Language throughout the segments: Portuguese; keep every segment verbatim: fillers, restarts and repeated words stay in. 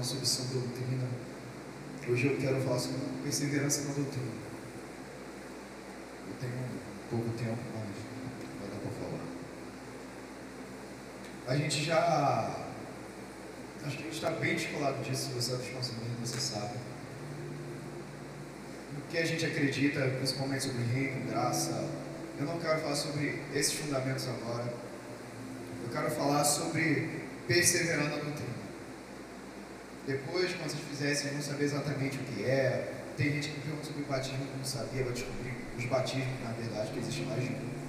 falando sobre sã doutrina. Hoje eu quero falar sobre perseverança na doutrina. Eu tenho pouco tempo, mas vai dar para falar. A gente já... Acho que a gente está bem descolado disso, se você é dos consumidores, você sabe. O que a gente acredita, principalmente sobre reino, graça. Eu não quero falar sobre esses fundamentos agora. Eu quero falar sobre perseverar na doutrina. Depois, quando vocês fizerem, vocês vão saber exatamente o que é. Tem gente que me pergunta sobre batismo que não sabia, vai descobrir os batismos, na verdade, que existe mais de um.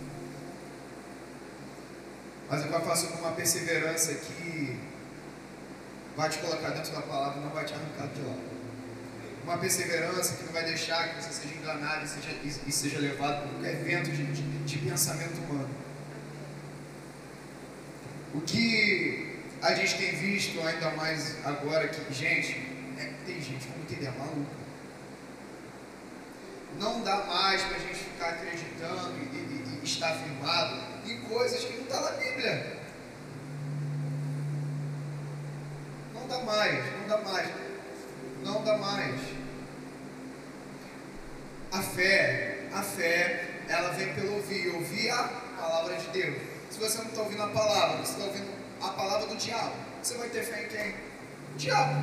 Mas eu quero falar sobre uma perseverança que vai te colocar dentro da palavra e não vai te arrancar de lá. Uma perseverança que não vai deixar que você seja enganado e seja, e, e seja levado por qualquer vento de, de, de pensamento humano. O que a gente tem visto ainda mais agora que, gente, é, tem gente como que é maluca. Não dá mais para a gente ficar acreditando e, e, e estar firmado em coisas que não estão na Bíblia. Não dá mais, não dá mais, não dá mais. A fé, a fé, ela vem pelo ouvir, ouvir a palavra de Deus. Se você não está ouvindo a palavra, você está ouvindo a palavra do diabo, você vai ter fé em quem? O diabo.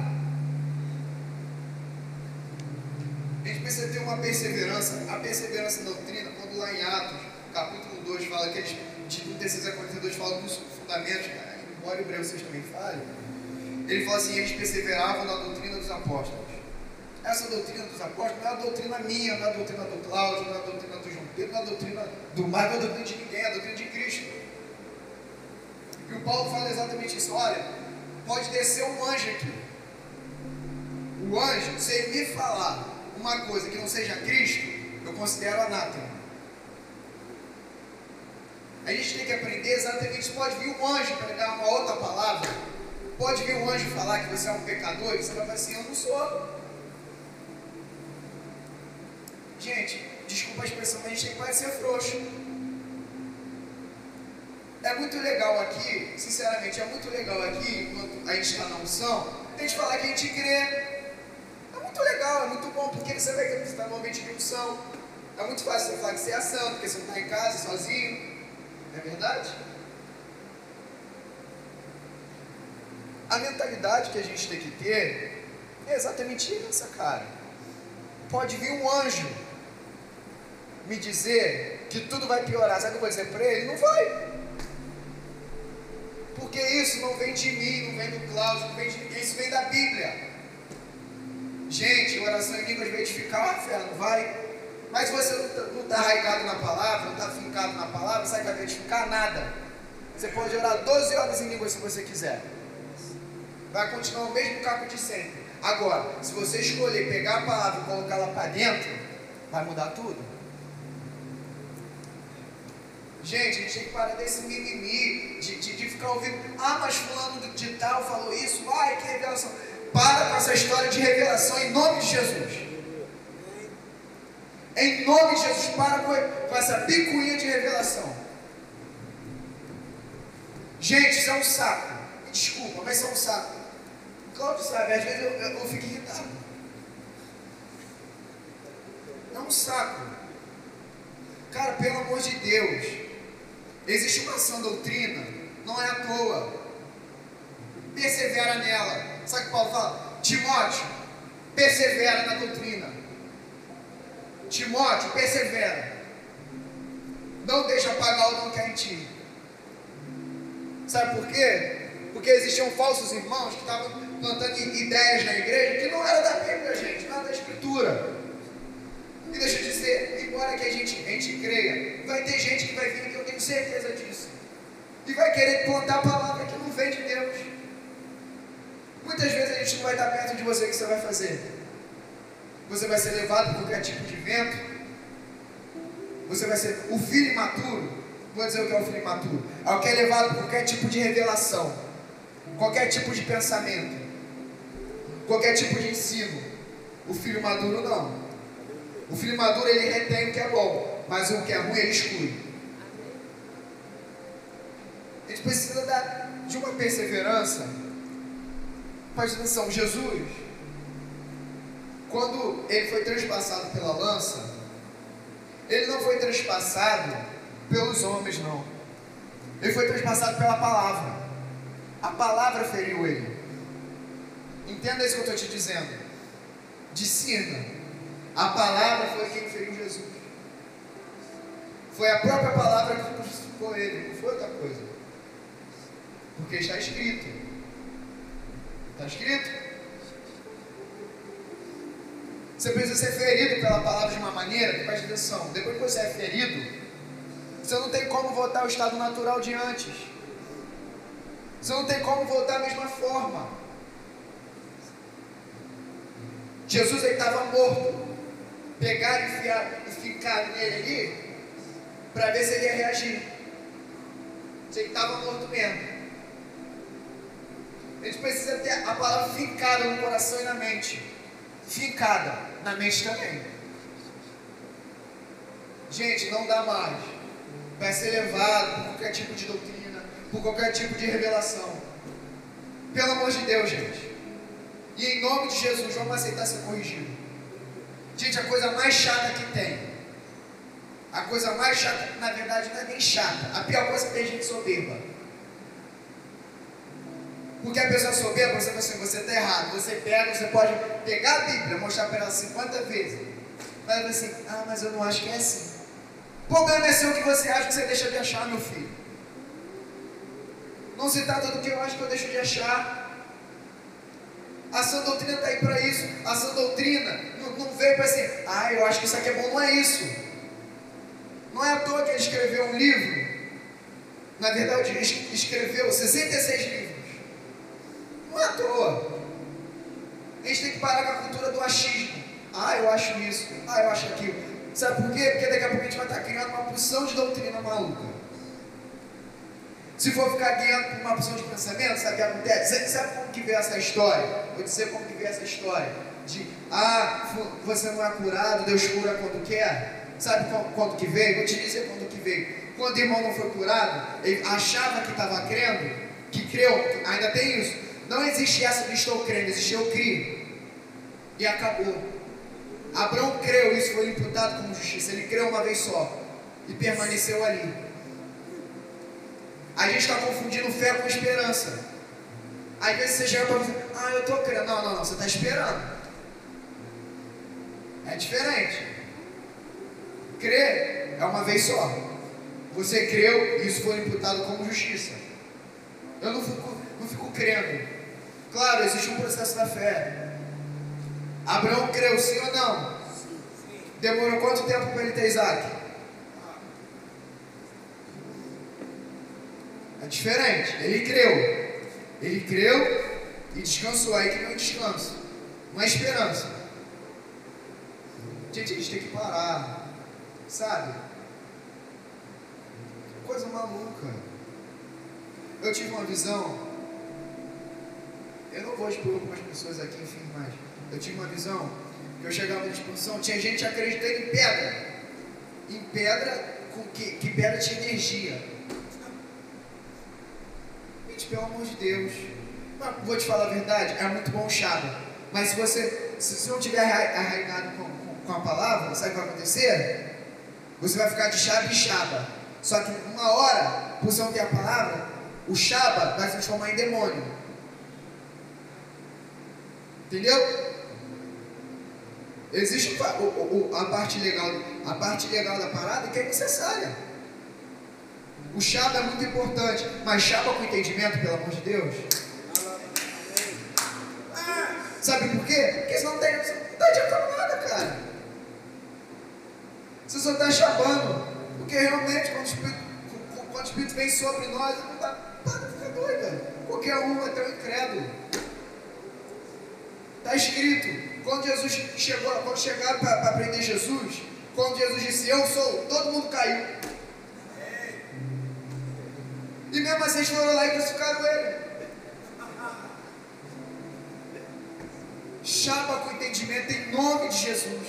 A gente precisa ter uma perseverança, a perseverança na doutrina, quando lá em Atos, capítulo dois, fala que eles, de trinta e seis a quarenta e dois, fala dos fundamentos, embora o hebreu vocês também falem, ele fala assim, eles perseveravam na doutrina dos apóstolos. Essa doutrina dos apóstolos não é a doutrina minha, não é a doutrina do Cláudio, não é a doutrina do João Pedro, não é a doutrina do Mário, não é a doutrina de ninguém, é a doutrina de Cristo. E o Paulo fala exatamente isso, olha, pode descer um anjo aqui. O anjo, se ele me falar uma coisa que não seja Cristo, eu considero anátema. A gente tem que aprender exatamente isso. Pode vir um anjo pregar uma outra palavra, pode vir um anjo falar que você é um pecador, e você vai falar assim, eu não sou. Gente, desculpa a expressão, mas a gente tem que parecer frouxo. É muito legal aqui, sinceramente, é muito legal aqui, enquanto a gente está na unção, a gente falar que a gente crê. É muito legal, é muito bom, porque você vai acreditar no ambiente de unção. É muito fácil você falar que você é santo, porque você não está em casa, sozinho. Não é verdade? A mentalidade que a gente tem que ter é exatamente essa, cara. Pode vir um anjo me dizer que tudo vai piorar. Sabe o que eu vou dizer para ele? Não vai. Porque isso não vem de mim, não vem do Cláudio, não vem de ninguém, isso vem da Bíblia. Gente, oração em línguas vai edificar a fé, não vai? Mas se você não está arraigado na palavra, não está fincado na palavra, sabe que vai edificar nada. Você pode orar doze horas em línguas se você quiser. Vai continuar o mesmo caco de sempre. Agora, se você escolher pegar a palavra e colocar ela para dentro, vai mudar tudo. Gente, a gente tem que parar desse mimimi, de, de, de ficar ouvindo, ah, mas fulano de tal falou isso, ai, que revelação. Para com essa história de revelação em nome de Jesus. Em nome de Jesus, para com, com essa picuinha de revelação. Gente, isso é um saco. Me desculpa, mas isso é um saco. O Cláudio sabe, às vezes eu, eu, eu fico irritado. É um saco. Cara, pelo amor de Deus. Existe uma sã doutrina, não é à toa. Persevera nela. Sabe o que Paulo fala? Timóteo, persevera na doutrina. Timóteo, persevera. Não deixa apagar o dom que há em ti. Sabe por quê? Porque existiam falsos irmãos que estavam plantando ideias na igreja que não era da Bíblia, gente, não era da Escritura. E deixa eu dizer, embora que a gente, a gente creia, vai ter gente que vai vir aqui, eu tenho certeza disso, e vai querer plantar a palavra que não vem de Deus. Muitas vezes a gente não vai estar perto de você, o que você vai fazer? Você vai ser levado por qualquer tipo de vento? Você vai ser o filho imaturo? Vou dizer o que é o filho imaturo. É o que é levado por qualquer tipo de revelação, qualquer tipo de pensamento, qualquer tipo de ensino. O filho maduro não. O filho maduro, ele retém o que é bom, mas o que é ruim ele exclui. A gente precisa da, de uma perseverança presta atenção, Jesus, quando ele foi transpassado pela lança, ele não foi transpassado pelos homens, não. Ele foi transpassado pela palavra. A palavra feriu ele. Entenda isso que eu estou te dizendo. Discirna. A palavra foi quem feriu Jesus. Foi a própria palavra que crucificou ele, não foi outra coisa. Porque está escrito. Está escrito? Você precisa ser ferido pela palavra de uma maneira que, preste atenção, depois que você é ferido, você não tem como voltar ao estado natural de antes. Você não tem como voltar da mesma forma. Jesus estava morto. Pegaram e, enfiar, e ficaram nele ali para ver se ele ia reagir. Se ele estava morto mesmo. A gente precisa ter a palavra fincada no coração e na mente. Fincada na mente também. Gente, não dá mais para ser levado por qualquer tipo de doutrina, por qualquer tipo de revelação. Pelo amor de Deus, gente. E em nome de Jesus, vamos aceitar ser corrigido. Gente, a coisa mais chata que tem, a coisa mais chata, na verdade, não é nem chata. A pior coisa é que tem gente soberba. Porque a pessoa soberba, você assim, você está errado. Você pega, você pode pegar a Bíblia, mostrar para ela cinquenta vezes. Mas ela vai assim, ah, mas eu não acho que é assim. O problema é seu que você acha, que você deixa de achar, meu filho. Não se trata do que eu acho que eu deixo de achar. A sã doutrina está aí para isso. A sã doutrina não, não veio para assim, ah, eu acho que isso aqui é bom. Não é isso. Não é à toa que ele escreveu um livro. Na verdade, ele escreveu sessenta e seis livros. Não é à toa. A gente tem que parar com a cultura do achismo. Ah, eu acho isso. Ah, eu acho aquilo. Sabe por quê? Porque daqui a pouco a gente vai estar criando uma porção de doutrina maluca. Se for ficar guiando por uma porção de pensamento, sabe o que acontece? Sabe como que veio essa história? Vou dizer como que veio essa história. De, ah, você não é curado, Deus cura quando quer. Sabe quando que veio? Vou te dizer quando que veio. Quando o irmão não foi curado, ele achava que estava crendo, que creu, ainda tem isso. Não existe essa de estou crendo, existe eu crio. E acabou. Abraão creu, isso foi imputado como justiça. Ele creu uma vez só e permaneceu ali. A gente está confundindo fé com esperança. Às vezes você chega para dizer, ah, eu estou crendo. Não, não, não, você está esperando. É diferente. Crer é uma vez só. Você creu e isso foi imputado como justiça. Eu não fico, não fico crendo. Claro, existe um processo da fé. Abraão creu, sim ou não? Demorou quanto tempo para ele ter Isaac? É diferente. Ele creu. Ele creu e descansou. Aí que não é descanso. Não é esperança. Gente, a gente tem que parar. Sabe? Coisa maluca. Eu tive uma visão. Eu não vou expor algumas pessoas aqui, enfim, mas eu tive uma visão que eu chegava na exposição, tinha gente acreditando em pedra. Em pedra, com que, que pedra tinha energia. Gente, pelo amor de Deus. Mas, vou te falar a verdade, é muito bom o chaba. Mas se você, se você não tiver arraigado com, com, com a palavra, sabe o que vai acontecer? Você vai ficar de chaba em chaba. Só que uma hora, por você não ter a palavra, o chaba vai se transformar em demônio. Entendeu? Existe o, o, a parte legal, a parte legal da parada que é necessária. O chaba é muito importante, mas chaba com entendimento, pelo amor de Deus. Ah, sabe por quê? Porque senão não está tá adiantando nada, cara. Você só está chabando. Porque realmente, quando o Espírito, quando o Espírito vem sobre nós, não dá para ficar doida. Qualquer um, até o incrédulo. Está escrito, quando Jesus chegou, quando chegaram para prender Jesus, quando Jesus disse, eu sou, todo mundo caiu. E mesmo assim eles foram lá e crucificaram ele. Chapa com entendimento em nome de Jesus.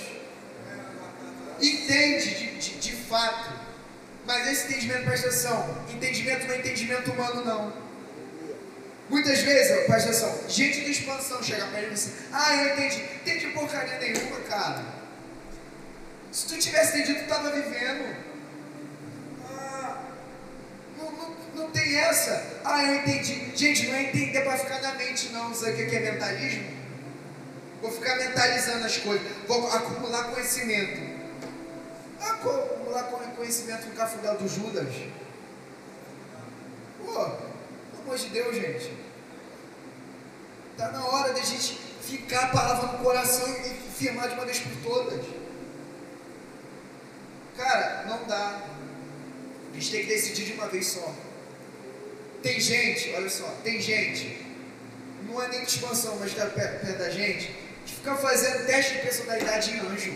Entende de, de, de fato. Mas esse entendimento, presta atenção, entendimento não é entendimento humano não. Muitas vezes, presta atenção, gente de expansão chega pra ele e assim, ah, eu entendi, entendi porcaria nenhuma, cara. Se tu tivesse entendido, tu estava vivendo. Ah, não, não, não tem essa. Ah, eu entendi. Gente, não é entender para ficar na mente, não. Sabe o que é mentalismo? Vou ficar mentalizando as coisas. Vou acumular conhecimento. Acumular conhecimento no cafundel do Judas. Pô, pelo amor de Deus, gente. Está na hora de a gente ficar a palavra no coração e firmar de uma vez por todas. Cara, não dá. A gente tem que decidir de uma vez só. Tem gente, olha só, tem gente, não é nem de expansão, mas está perto, perto da gente, que fica fazendo teste de personalidade em anjo.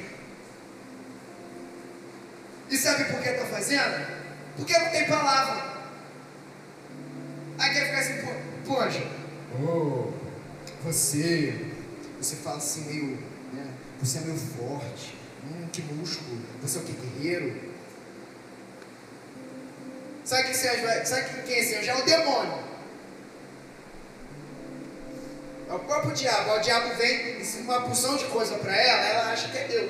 E sabe por que está fazendo? Porque não tem palavra. Aí quer ficar assim, pô, pô anjo, oh, você, você fala assim meio, né, você é meio forte. Hum, que músculo, você é o que, guerreiro? Sabe, que é, sabe quem é esse? Já é o demônio. É o próprio diabo. O diabo vem e ensina uma porção de coisa para ela, ela acha que é Deus.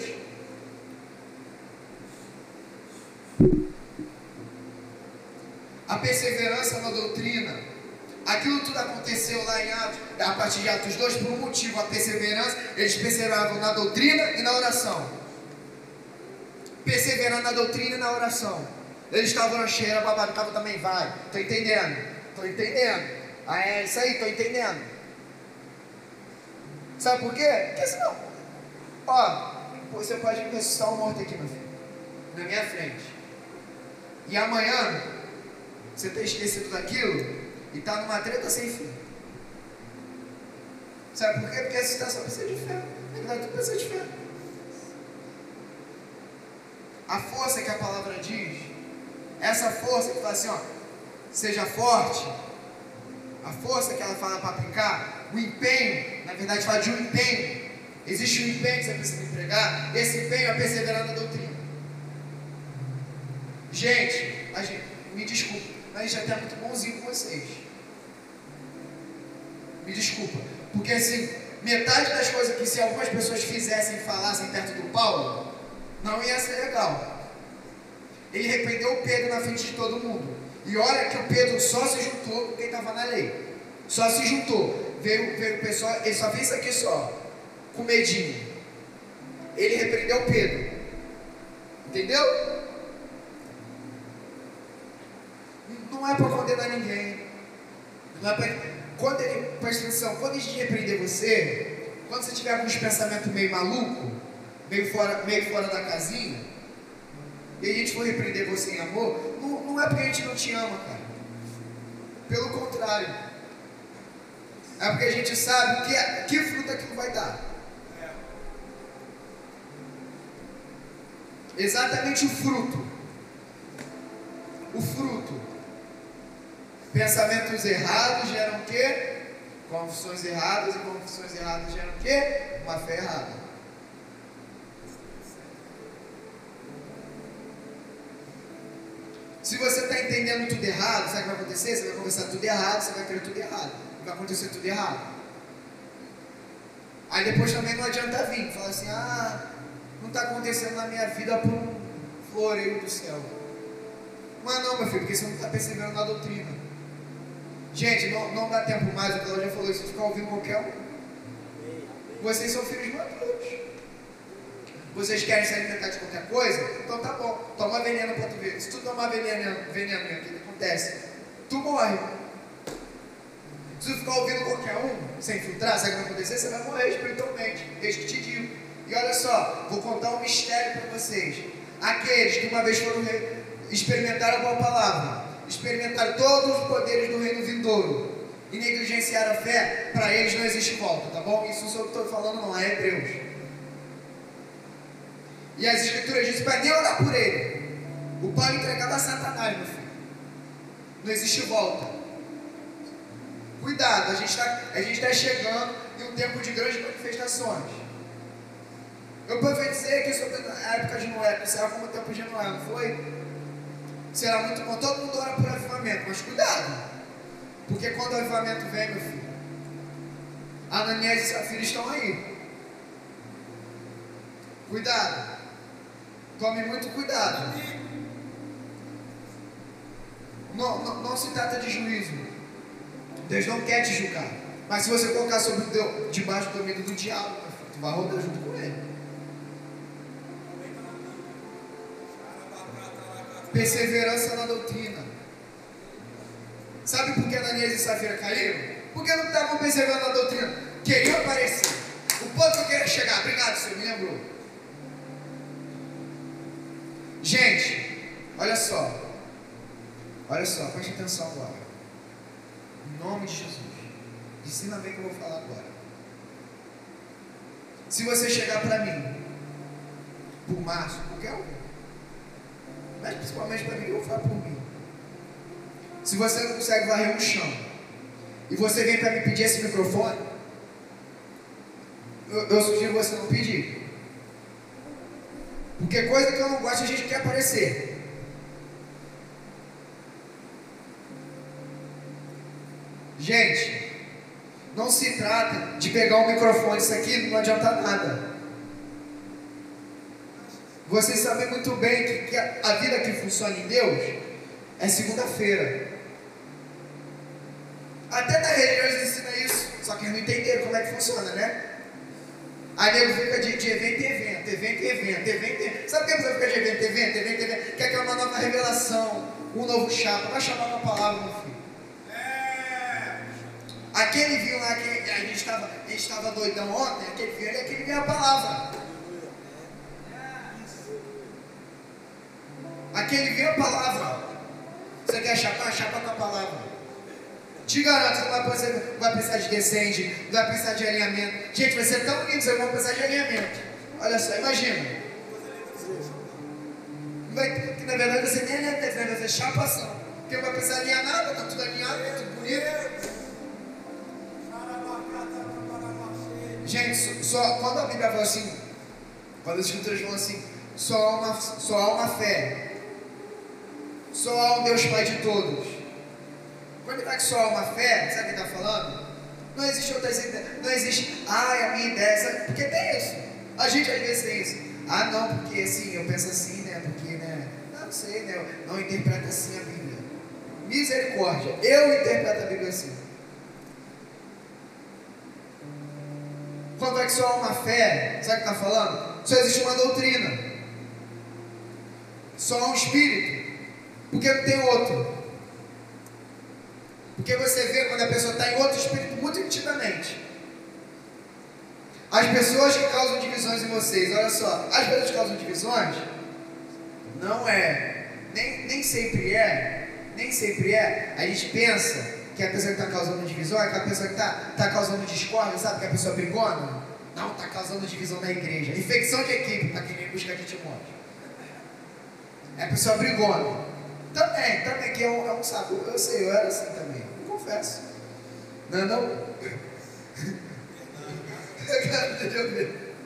A perseverança na doutrina. Aquilo tudo aconteceu lá em Atos, a partir de Atos dois, por um motivo. A perseverança, eles perseveravam na doutrina e na oração. Perseverando na doutrina e na oração. Eles estavam na cheira, babado, estavam também, vai. Estou entendendo, estou entendendo. Ah, é isso aí, estou entendendo. Sabe por quê? Porque senão, ó, você pode ressuscitar um morto aqui, meu filho, na minha frente. E amanhã, você ter esquecido daquilo e está numa treta sem fim. Sabe por quê? Porque a ressuscitação precisa de fé. Na verdade, precisa de fé. A força que a palavra diz, essa força que fala assim, ó, seja forte, a força que ela fala para aplicar, o empenho, na verdade fala de um empenho, existe um empenho que você precisa empregar, esse empenho é perseverar na doutrina. Gente, a gente, me desculpa, mas a gente até é muito bonzinho com vocês. Me desculpa, porque assim, metade das coisas que se algumas pessoas fizessem e falassem perto do Paulo, não ia ser legal. Ele repreendeu o Pedro na frente de todo mundo. E olha que o Pedro só se juntou com quem estava na lei. Só se juntou. Veio, veio o pessoal, ele só fez isso aqui só, com medinho. Ele repreendeu o Pedro. Entendeu? Não é para condenar ninguém. Não é para. Quando ele, presta atenção, quando a gente repreender você, quando você tiver alguns pensamentos meio maluco, meio fora, meio fora da casinha, e a gente for repreender você em amor, não, não é porque a gente não te ama, cara. Pelo contrário. É porque a gente sabe que, que fruto aquilo vai dar. Exatamente o fruto. O fruto. Pensamentos errados geram o quê? Confissões erradas, e confissões erradas geram o quê? Uma fé errada. Se você está entendendo tudo errado, sabe o que vai acontecer? Você vai conversar tudo errado, você vai querer tudo errado. Vai acontecer tudo errado. Aí depois também não adianta vir, falar assim, ah, não está acontecendo na minha vida por um floreio do céu. Mas não, meu filho, porque você não está percebendo na doutrina. Gente, não, não dá tempo mais, o Cláudio já falou isso, de ficar ouvindo qualquer um. Vocês são filhos maduros. Vocês querem se alimentar de qualquer coisa? Então tá bom, toma veneno para tu ver. Se tu tomar veneno, veneno, o que acontece? Tu morre. Se tu ficar ouvindo qualquer um, sem filtrar, sabe o que vai acontecer? Você vai morrer espiritualmente, eis que te digo. E olha só, vou contar um mistério para vocês. Aqueles que uma vez foram experimentaram a boa palavra, experimentaram todos os poderes do reino vindouro e negligenciaram a fé, para eles não existe volta, tá bom? Isso sou eu que estou falando, não, é Hebreus. E as escrituras dizem para nem orar por ele. O Paulo entregava a Satanás, meu filho. Não existe volta. Cuidado, a gente está tá chegando em um tempo de grandes manifestações. Eu profetizei aqui sobre a época de Noé, que será como o tempo de Noé, não foi? Será muito bom, todo mundo ora por avivamento, mas cuidado. Porque quando o avivamento vem, meu filho, Ananias e Safira estão aí. Cuidado. Tome muito cuidado. Não, não, não se trata de juízo. Deus não quer te julgar. Mas se você colocar sobre o teu, debaixo do domínio do diabo, meu filho, tu vai rodar junto com ele. Perseverança na doutrina. Sabe por que Ananias e Safira caíram? Porque não estavam perseverando na doutrina. Queriam aparecer. O ponto que eu queria chegar. Obrigado, senhor. Me lembrou. Gente, olha só. Olha só, preste atenção agora. Em nome de Jesus. Ensina bem o que eu vou falar agora. Se você chegar para mim, por Márcio, qualquer um, mas principalmente para mim, eu vou falar por mim. Se você não consegue varrer um chão, e você vem para me pedir esse microfone, eu, eu sugiro você não pedir. Porque coisa que eu não gosto, a gente quer aparecer. Gente, não se trata de pegar um microfone, isso aqui não adianta nada. Vocês sabem muito bem que, que a, a vida que funciona em Deus é segunda-feira. Até na religião eles ensinam isso, só que eles não entenderam como é que funciona, né? Aí nego fica de, de evento em evento, evento em evento, evento em evento. Sabe por que você fica de evento em evento, evento em evento? Quer que é uma nova revelação, um novo chapa, vai chamar uma palavra, meu filho. Aquele vinho lá que a gente estava a gente estava doidão ontem, aquele vinho ali, aquele vinho é a palavra. Aquele vinho é a palavra. Você quer chapar? Chapa com a palavra. Te garanto, você não vai precisar, vai precisar de descende, não vai precisar de alinhamento. Gente, vai ser tão lindo, você vai precisar de alinhamento. Olha só, imagina. Vai, que na verdade você nem alinhamento, vai fazer chapação. Porque não vai precisar alinhar nada, está tudo alinhado, está tudo bonito. Gente, só, quando a Bíblia fala assim, quando as escrituras falam assim, só há uma, só há uma fé, só há um Deus Pai de todos. Quando ele fala que só há uma fé, sabe o que ele está falando? Não existe outras ideias, não existe, ai, a minha ideia, sabe? Porque tem isso. A gente às vezes tem isso. Ah, não, porque assim, eu penso assim, né? Porque, né? Não sei, né? Eu não interpreto assim a Bíblia. Misericórdia, eu interpreto a Bíblia assim. Quando é que só há uma fé, sabe o que está falando? Só existe uma doutrina. Só há um espírito. Porque não tem outro. Porque você vê quando a pessoa está em outro espírito muito nitidamente. As pessoas que causam divisões em vocês, olha só, as pessoas que causam divisões, não é, nem, nem sempre é, nem sempre é, a gente pensa que a pessoa que está causando divisão é aquela pessoa que está tá causando discórdia, sabe? Que a pessoa brigona? Não, está causando divisão na igreja. Infecção de equipe, para quem vem buscar de Timóteo. É a pessoa brigona. Também, também, que é um, é um saco. Eu sei, eu era assim também. Eu confesso. Não é não? Deixa eu ver.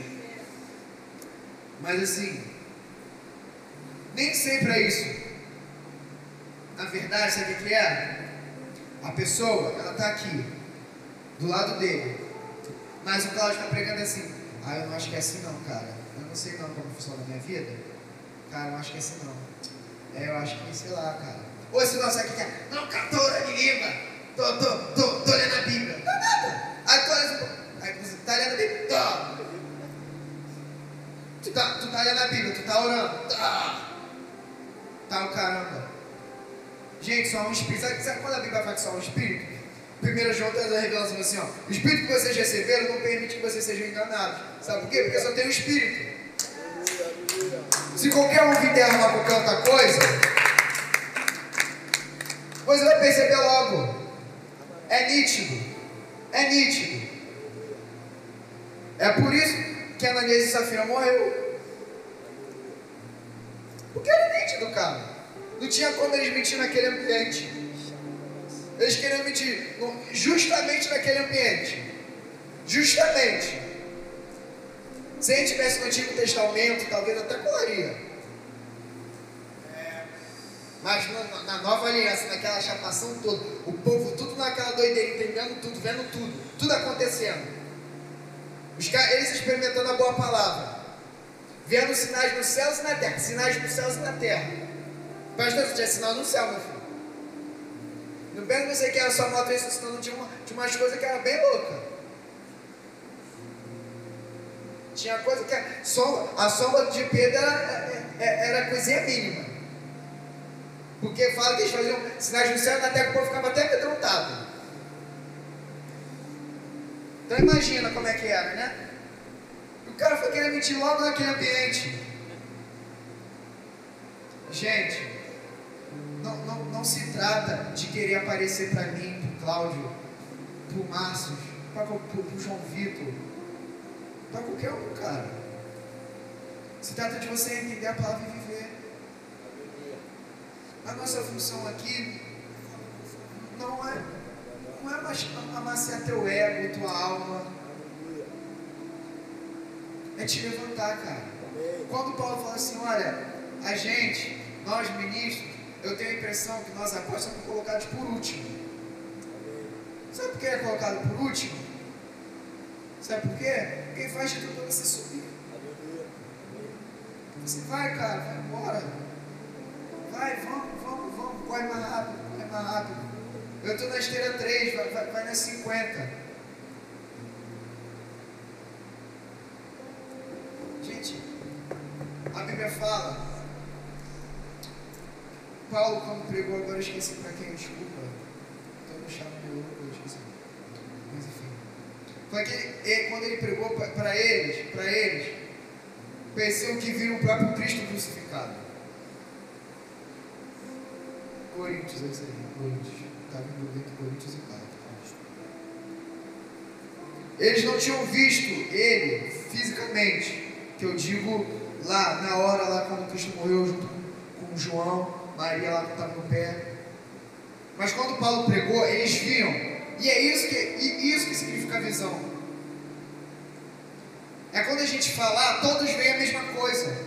Mas assim, nem sempre é isso. Na verdade, sabe o que é? A pessoa, ela está aqui, do lado dele. Mas o Cláudio está pregando assim. Ah, eu não acho que é assim não, cara. Eu não sei não como funciona a minha vida. Cara, eu não acho que é assim não. É, eu acho que, sei lá, cara. Ou se não, sabe o que é? Não, cara, tô orando em língua. Tô, tô, tô, tô lendo a Bíblia. Não, nada. Aí tu olha, aí você tá lendo a Bíblia? Tô. Tu tá, tu tá lendo a Bíblia, tu tá orando? Tá. Tá o caramba. Gente, só há um espírito. Sabe, sabe quando a Bíblia fala que só há um espírito? primeiro João traz a revelação assim, ó. O espírito que vocês receberam não permite que vocês sejam enganados. Sabe por quê? Porque só tem um espírito. Se qualquer um vier arrumar qualquer outra coisa, você vai perceber logo. É nítido. É nítido. É por isso que Ananias e Safira morreu. Porque era nítido, cara. Não tinha como eles mentir naquele ambiente. Eles queriam mentir justamente naquele ambiente. Justamente. Se a gente tivesse no Antigo Testamento, talvez até colaria. Mas no, na nova aliança, naquela chapação toda, o povo tudo naquela doideira, entendendo tudo, vendo tudo, tudo acontecendo. Os caras, eles experimentando a boa palavra, vendo sinais nos céus e na terra, sinais nos céus e na terra. Pastor, você tinha sinal no céu, meu filho. Não pensa você que era só moto isso, senão tinha, uma, tinha umas coisas que eram bem loucas. Tinha coisa que a sombra, a sombra de Pedro era, era, era coisinha mínima. Porque fala que eles faziam sinais no céu e na terra, o povo ficava até amedrontado. Então imagina como é que era, né? O cara foi querer mentir logo naquele ambiente. Gente, não, não, não se trata de querer aparecer para mim, para o Cláudio, para o Márcio, para o João Vitor, para qualquer um, cara. Se trata de você entender a palavra e viver. A nossa função aqui não é, não é amaciar teu ego, tua alma. É te levantar, cara. Quando Paulo fala assim, olha, a gente, nós ministros, eu tenho a impressão que nós apóstolos somos colocados por último. Sabe por que é colocado por último? Sabe por quê? Quem faz de tudo é você subir. Você vai, cara, vai embora. Vai, vamos, vamos, vamos, corre mais rápido, corre mais rápido. Eu estou na esteira três, vai, vai, vai nas cinquenta. Gente, a Bíblia fala, Paulo quando pregou, agora eu esqueci para quem, desculpa, estou no chave de ouro, eu esqueci, mas enfim, foi que ele, quando ele pregou para eles, para eles, pareciam que viram o próprio Cristo crucificado. Coríntios, é isso aí, Coríntios, está vindo dentro de Coríntios e Paulo. Eles não tinham visto ele fisicamente, que eu digo lá, na hora lá quando Cristo morreu junto com João, Maria lá que estava no pé. Mas quando Paulo pregou, eles viam. E é isso que, isso que significa visão. É quando a gente falar, todos veem a mesma coisa.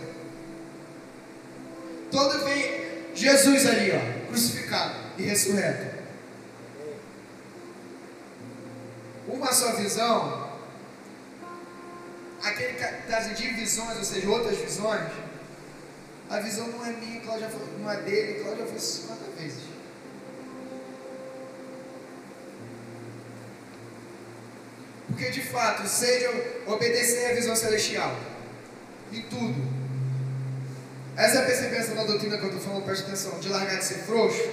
Todos veem Jesus ali, ó, crucificado e ressurreto. Uma só visão, aquele caso de visões, ou seja, outras visões, a visão não é minha, Cláudia foi, não é dele, Cláudia foi cinquenta vezes. Porque de fato, seja obedecer à visão celestial, em tudo. Essa é a perseverança da doutrina que eu estou falando, presta atenção, de largar de ser frouxo.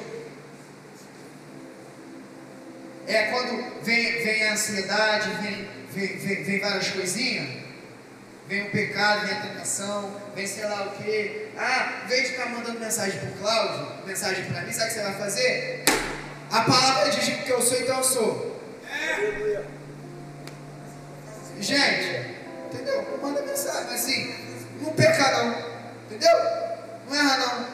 É quando vem, vem a ansiedade, vem, vem, vem, vem várias coisinhas, vem o pecado, vem a tentação, vem sei lá o que. Ah, em vez de ficar mandando mensagem para o Cláudio, mensagem para mim, sabe o que você vai fazer? A palavra diz que eu sou, então eu sou. É. Gente, entendeu? Não manda mensagem, mas assim, não peca não, entendeu? Não erra não.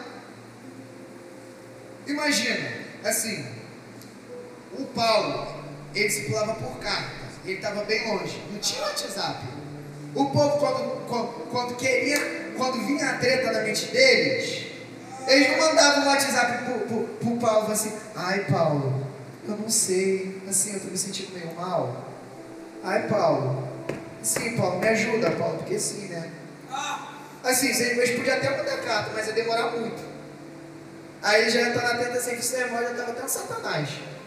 Imagina, assim, o Paulo, ele se pulava por carta, ele estava bem longe, não tinha WhatsApp. O povo, quando, quando, quando queria, quando vinha a treta na mente deles, eles não mandavam um WhatsApp pro, pro, pro Paulo, assim, ai Paulo, eu não sei, assim, eu estou me sentindo meio mal. Ai Paulo, sim Paulo, me ajuda Paulo, porque sim, né? Assim, eles podiam até mandar carta, mas ia demorar muito. Aí já está na tentação que isso é mal, já estava até um satanás.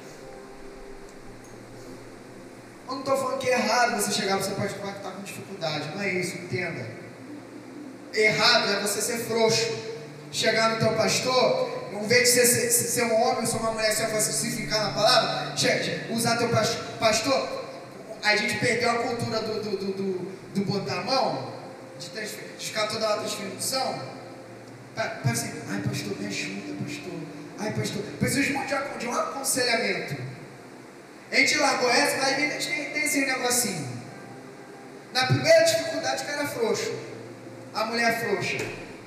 Eu não estou falando que é errado você chegar, você pode falar que está com dificuldade, não é isso, entenda. Errado é você ser frouxo, chegar no teu pastor, em vez de ser, ser, ser um homem ou ser uma mulher, se você se ficar na palavra, usar teu pastor, a gente perdeu a cultura do, do, do, do, do botar a mão, de, de ficar toda hora transferindo unção, para assim, ai pastor, me ajuda pastor, ai pastor, preciso de, de um aconselhamento. A gente largou essa, mas a gente tem, tem esse negocinho. Na primeira dificuldade, o cara é frouxo, a mulher é frouxa.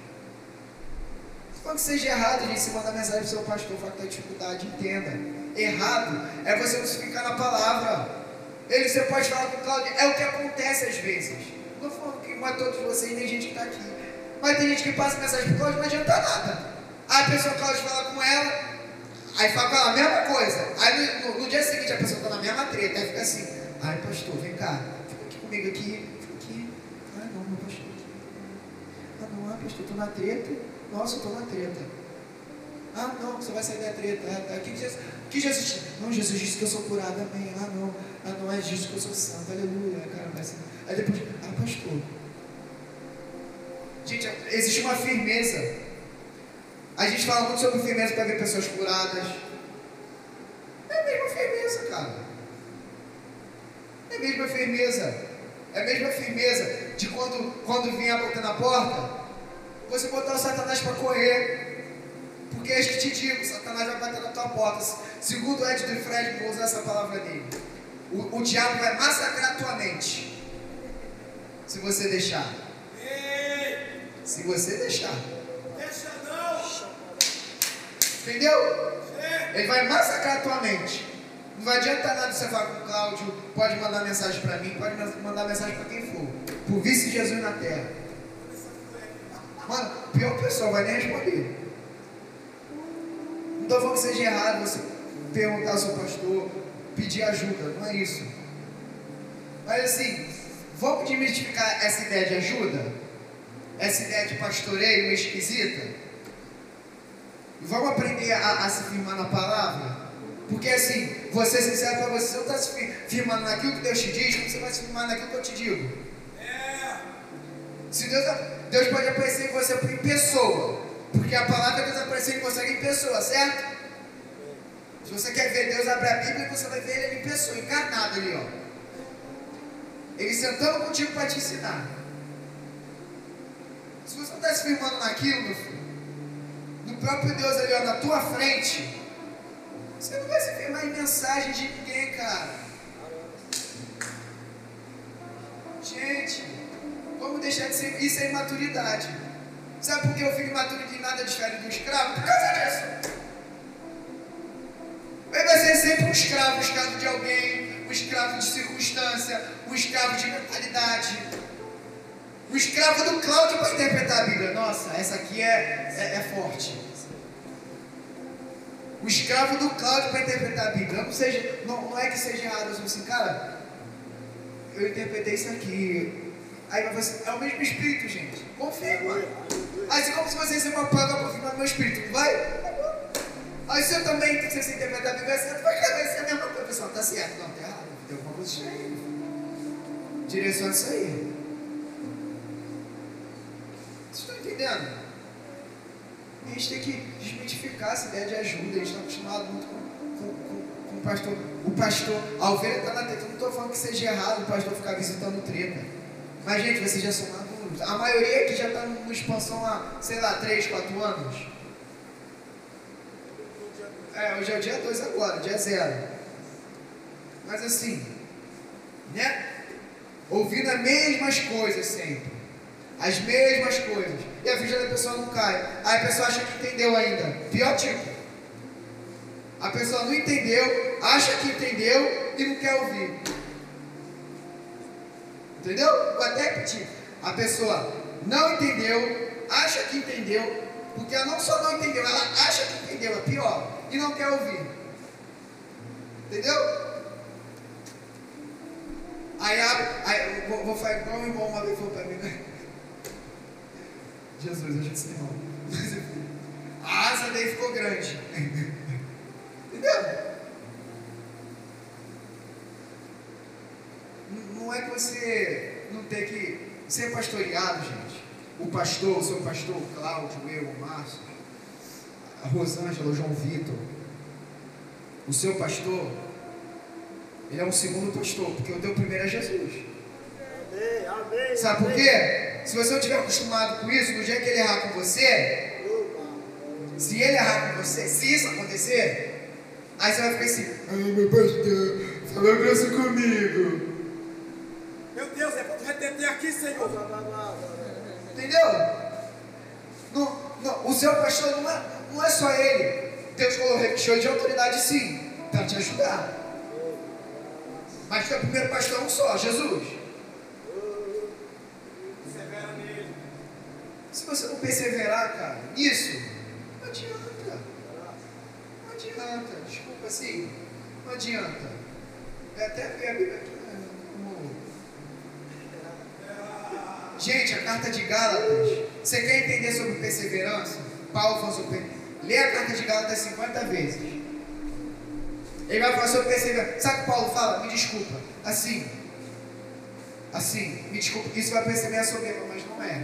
Não que seja errado, gente, se mandar mensagem pro seu pastor, falar que está dificuldade, entenda. Errado é você não se ficar na palavra. Ele, você pode falar com o Cláudio, é o que acontece às vezes. Não estou falando que não é todos vocês, nem gente que está aqui. Mas tem gente que passa mensagem pro Cláudio, não adianta nada. Aí a pessoa Cláudia fala com ela, aí fala com ela a mesma coisa. Aí no, no, no dia seguinte a pessoa está na mesma treta, aí fica assim, ai pastor, vem cá, fica aqui comigo aqui, fica aqui. Ah não, meu pastor. Ah não, ah, pastor, estou na treta. Nossa, eu estou na treta. Ah não, você vai sair da treta. Ah, ah, que, Jesus, que Jesus disse? Não, Jesus disse que eu sou curado, amém. Ah não, ah não, é Jesus que eu sou santo, aleluia. Cara, vai ser. Aí depois, ah pastor. Gente, existe uma firmeza. A gente fala muito sobre firmeza para ver pessoas curadas. É a mesma firmeza, cara. É a mesma firmeza. É a mesma firmeza de quando, quando vinha bater na porta, você botar o Satanás para correr. Porque é isso que te digo, Satanás vai bater na tua porta. Segundo o Ed de Fred, vou usar essa palavra dele. O, o diabo vai massacrar a tua mente. Se você deixar. Se você deixar. Entendeu? Ele vai massacrar a tua mente. Não vai adiantar nada você falar com o Cláudio. Pode mandar mensagem para mim, pode mandar mensagem para quem for. Por vice Jesus na terra. Mano, pior pessoa vai nem responder. Não estou falando que seja errado você perguntar ao seu pastor, pedir ajuda, não é isso. Mas assim, vamos desmistificar essa ideia de ajuda? Essa ideia de pastoreio meio esquisita? Vamos aprender a, a se firmar na palavra? Porque assim, vou ser sincero para você, se você está se firmando naquilo que Deus te diz, como você vai se firmar naquilo que eu te digo? É. Se Deus, Deus pode aparecer em você em pessoa, porque a palavra de Deus aparecer em você em pessoa, certo? Se você quer ver Deus, abre a Bíblia e você vai ver Ele em pessoa, encarnado ali, ó. Ele sentando contigo para te ensinar. Se você não está se firmando naquilo, meu filho, no próprio Deus ali, ó, na tua frente, você não vai se firmar em mensagem de ninguém, cara. Gente, vamos deixar de ser, isso é imaturidade. Sabe por que eu fico imaturo de nada difere do escravo? Por causa disso. Ele vai ser sempre um escravo, um escravo de alguém, um escravo de circunstância, um escravo de mentalidade. O escravo do Cláudio para interpretar a Bíblia. Nossa, essa aqui é, é, é forte. O escravo do Cláudio para interpretar a Bíblia. Não, seja, não, não é que seja errado. Eu sou assim, cara, eu interpretei isso aqui. Aí você, é o mesmo Espírito, gente. Confirma. Assim como se você receber uma palavra para confirmar no meu Espírito. Não vai? Aí se eu também, se você interpretar a Bíblia certo, vai ser a mesma coisa. Pessoal, tá certo. Não, tá errado. Tem alguma coisa estranha. Direção isso aí. Vocês estão entendendo? A gente tem que desmitificar essa ideia de ajuda. A gente está acostumado muito com, com, com, com o pastor. O pastor, a ovelha está na treta. Eu não estou falando que seja errado o pastor ficar visitando treta. Mas, gente, vocês já são maduros. A maioria aqui já está no expansão há, sei lá, três, quatro anos. É, hoje é o dia dois agora, dia zero. Mas assim, né? Ouvindo as mesmas coisas sempre. As mesmas coisas. E a ficha da pessoa não cai. Aí a pessoa acha que entendeu ainda. Pior tipo. A pessoa não entendeu, acha que entendeu e não quer ouvir. Entendeu? Vou até repetir. A pessoa não entendeu, acha que entendeu, porque ela não só não entendeu, ela acha que entendeu, é pior, e não quer ouvir. Entendeu? Aí abre, aí, vou, vou falar igual o irmão uma vez falou para mim, né? Jesus, eu já disse não. A asa daí ficou grande. Entendeu? Não é que você não tem que ser pastoreado, gente. O pastor, o seu pastor, o Cláudio, eu, o Márcio, a Rosângela, o João Vitor. O seu pastor, ele é um segundo pastor, porque o teu primeiro é Jesus. Amém, amém. Sabe por quê? Se você não estiver acostumado com isso, no dia que ele errar com você, se ele errar com você, se isso acontecer, aí você vai ficar assim, ah, meu pastor, falou grosso comigo. Meu Deus, é para tu reteter aqui, Senhor. Entendeu? Não, não, o seu pastor não é, não é só ele. Deus colocou ele de autoridade sim, para te ajudar. Mas teu primeiro pastor é um só, Jesus. Se você não perseverar, cara, nisso, Não adianta. Não adianta. Desculpa, assim, não adianta. É até ver a Bíblia aqui. Gente, a carta de Gálatas, você quer entender sobre perseverança? Paulo fala sobre perseverança. Lê a carta de Gálatas cinquenta vezes. Ele vai falar sobre perseverança. Sabe o que Paulo fala? Me desculpa. Assim. Assim. Me desculpa. Isso vai perceber a soberba, mas não é.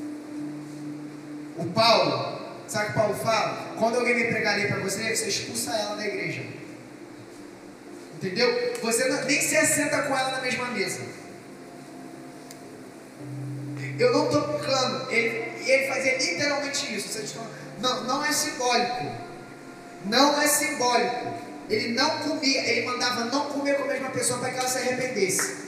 O Paulo, sabe o que Paulo fala? Quando alguém vem pregar ali para você, você expulsa ela da igreja. Entendeu? Você não, nem se assenta com ela na mesma mesa. Eu não estou brincando. Ele, ele fazia literalmente isso. Vocês estão, não, não é simbólico. Não é simbólico. Ele não comia, ele mandava não comer com a mesma pessoa para que ela se arrependesse.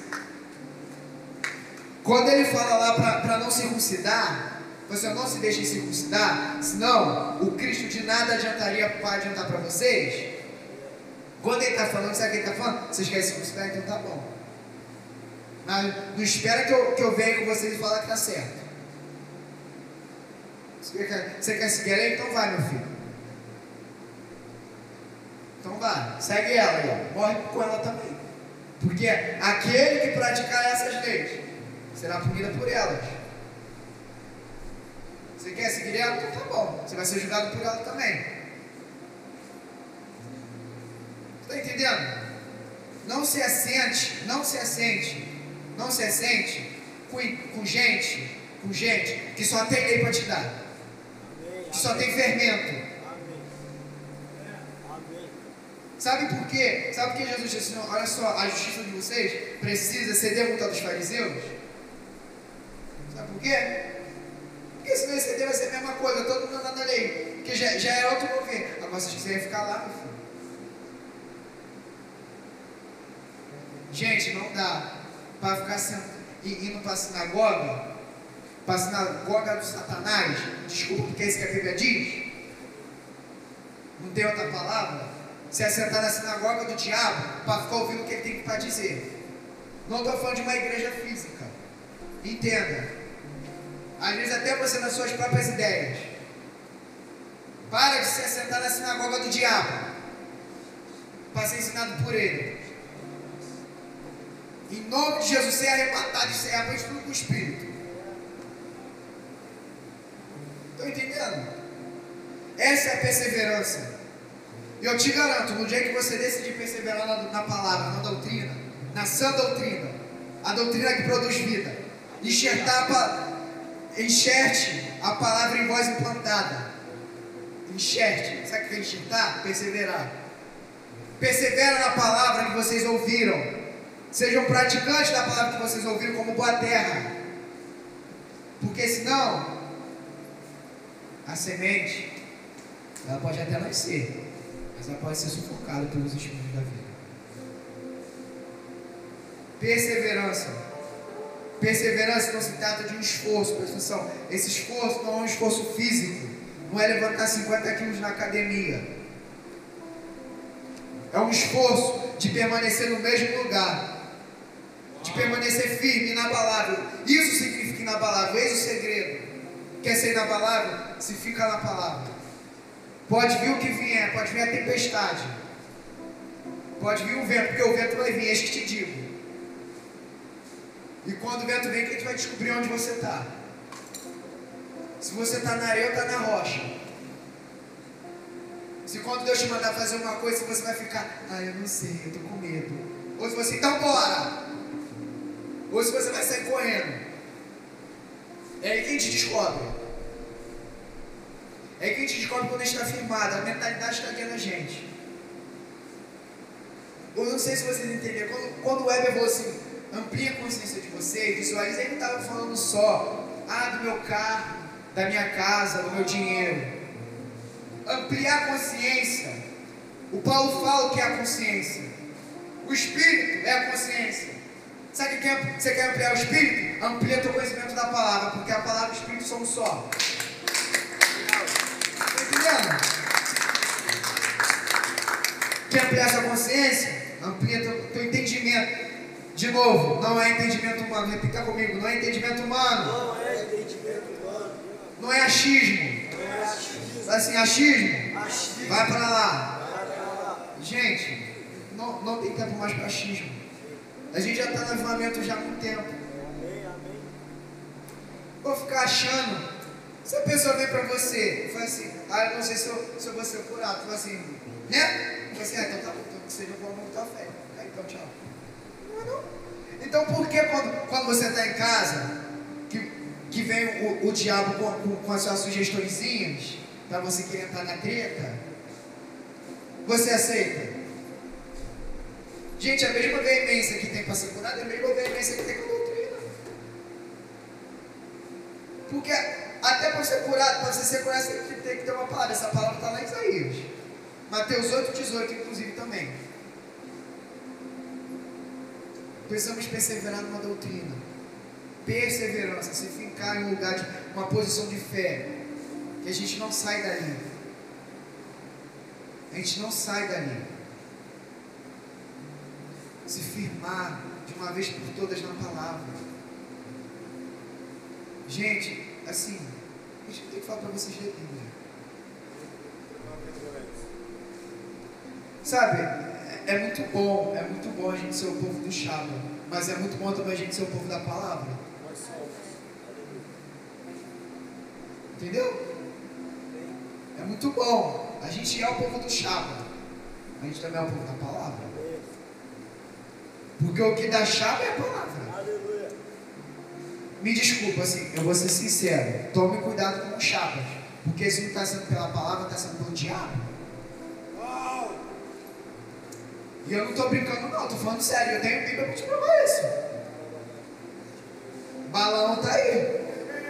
Quando ele fala lá para não circuncidar, você não se deixe circuncidar, senão o Cristo de nada adiantaria para adiantar para vocês. Quando ele está falando, sabe o que ele está falando? Vocês querem circuncidar? Então tá bom. Mas não espera que eu, que eu venha com vocês e falar que está certo. Você quer, você quer seguir ela? Então vai, meu filho. Então vai, segue ela aí, ó. Morre com ela também. Porque aquele que praticar essas leis será punido por elas. Você quer seguir ela? Então tá bom. Você vai ser julgado por ela também. Está entendendo? Não se assente, não se assente, não se assente com, com gente, com gente que só tem lei para te dar. Que só tem fermento. Sabe por quê? Sabe por que Jesus disse assim, olha só, a justiça de vocês precisa ceder muito aos fariseus? Sabe por quê? Porque se não exceder vai ser a mesma coisa, todo mundo andando na lei. Porque já, já é outro governo. Agora vocês quiserem ficar lá, meu filho. Gente, não dá para ficar sentado, indo para a sinagoga, para a sinagoga do Satanás. Desculpa, porque é isso que a Bíblia diz. Não tem outra palavra. Se assentar na sinagoga do diabo para ficar ouvindo o que ele tem para dizer. Não estou falando de uma igreja física. Entenda. Às vezes até você nas suas próprias ideias. Para de se assentar na sinagoga do diabo para ser ensinado por ele. Em nome de Jesus, ser arrebatado e ser arrebatado com o Espírito. Estão entendendo? Essa é a perseverança. E eu te garanto, no dia que você decidir perseverar na, na palavra, na doutrina, na sã doutrina, a doutrina que produz vida, enxertar a, enxerte a palavra em voz implantada. Enxerte. Sabe o que é enxertar? Perseverar. Persevera na palavra que vocês ouviram. Sejam praticantes da palavra que vocês ouviram como boa terra. Porque senão, a semente, ela pode até nascer, mas ela pode ser sufocada pelos espinhos da vida. Perseverança. Perseverança não se trata de um esforço, presta atenção. Esse esforço não é um esforço físico. Não é levantar cinquenta quilos na academia. É um esforço de permanecer no mesmo lugar. De permanecer firme na palavra. Isso significa inabalável. Eis o segredo. Quer ser inabalável? Se fica na palavra. Pode vir o que vier, pode vir a tempestade, pode vir o vento, porque o vento vai vir, eis que te digo. E quando o vento vem, que a gente vai descobrir onde você está. Se você está na areia ou está na rocha. Se quando Deus te mandar fazer uma coisa, você vai ficar, ah, eu não sei, eu estou com medo. Ou se você, então bora. Ou se você vai sair correndo. É aí que a gente descobre. É que a gente descobre quando a gente está firmado, a mentalidade está guiando a gente. Eu não sei se vocês entenderam, quando, quando o Weber falou assim, amplia a consciência de vocês, visualiza, ele não estava falando só, ah, do meu carro, da minha casa, do meu dinheiro. Ampliar a consciência. O Paulo fala o que é a consciência. O Espírito é a consciência. Sabe o que é? Você quer ampliar o Espírito? Amplia o teu conhecimento da palavra, porque a palavra e o Espírito são um só. Quer ampliar sua consciência? Amplia teu, teu entendimento. De novo, não é entendimento humano. Repita comigo, não é entendimento humano. Não é entendimento humano. Não é achismo. Não é Fala assim, achismo, vai para lá. Gente, não, não tem tempo mais para achismo. A gente já está no avivamento já há muito tempo. Vou ficar achando. Se a pessoa vem para você e fala assim, ah, eu não sei se eu, se eu vou ser curado. Tu fala assim, né? Fala assim, ah, então tá bom, então que seja bom na tua fé. Aí, então, tchau. Não é não. Então, por que quando, quando você está em casa, que, que vem o, o diabo com, com, com as suas sugestõezinhas, para você querer entrar na treta, você aceita? Gente, a mesma veemência que tem para ser curado é a mesma veemência que tem com a doutrina. Porque até para ser curado, para você ser curado, você tem que, tem que ter uma palavra. Essa palavra está lá em Isaías. Mateus oito, dezoito, inclusive, também. Precisamos perseverar numa doutrina. Perseverança, se ficar em um lugar de uma posição de fé, que a gente não sai dali. A gente não sai dali. Se firmar de uma vez por todas na palavra. Gente, assim, deixa eu ter que falar para vocês ler Bíblia. Sabe, é, é muito bom, é muito bom a gente ser o povo do Shaba, mas é muito bom também a gente ser o povo da palavra. Entendeu? É muito bom. A gente é o povo do Shaba, a gente também é o povo da palavra. Porque o que dá Shaba é a palavra. Me desculpa, assim, eu vou ser sincero. Tome cuidado com os chapas. Porque se não está sendo pela palavra, está sendo pelo diabo. E eu não estou brincando não, estou falando sério. Eu tenho Bíblia para te provar isso. Balão está aí.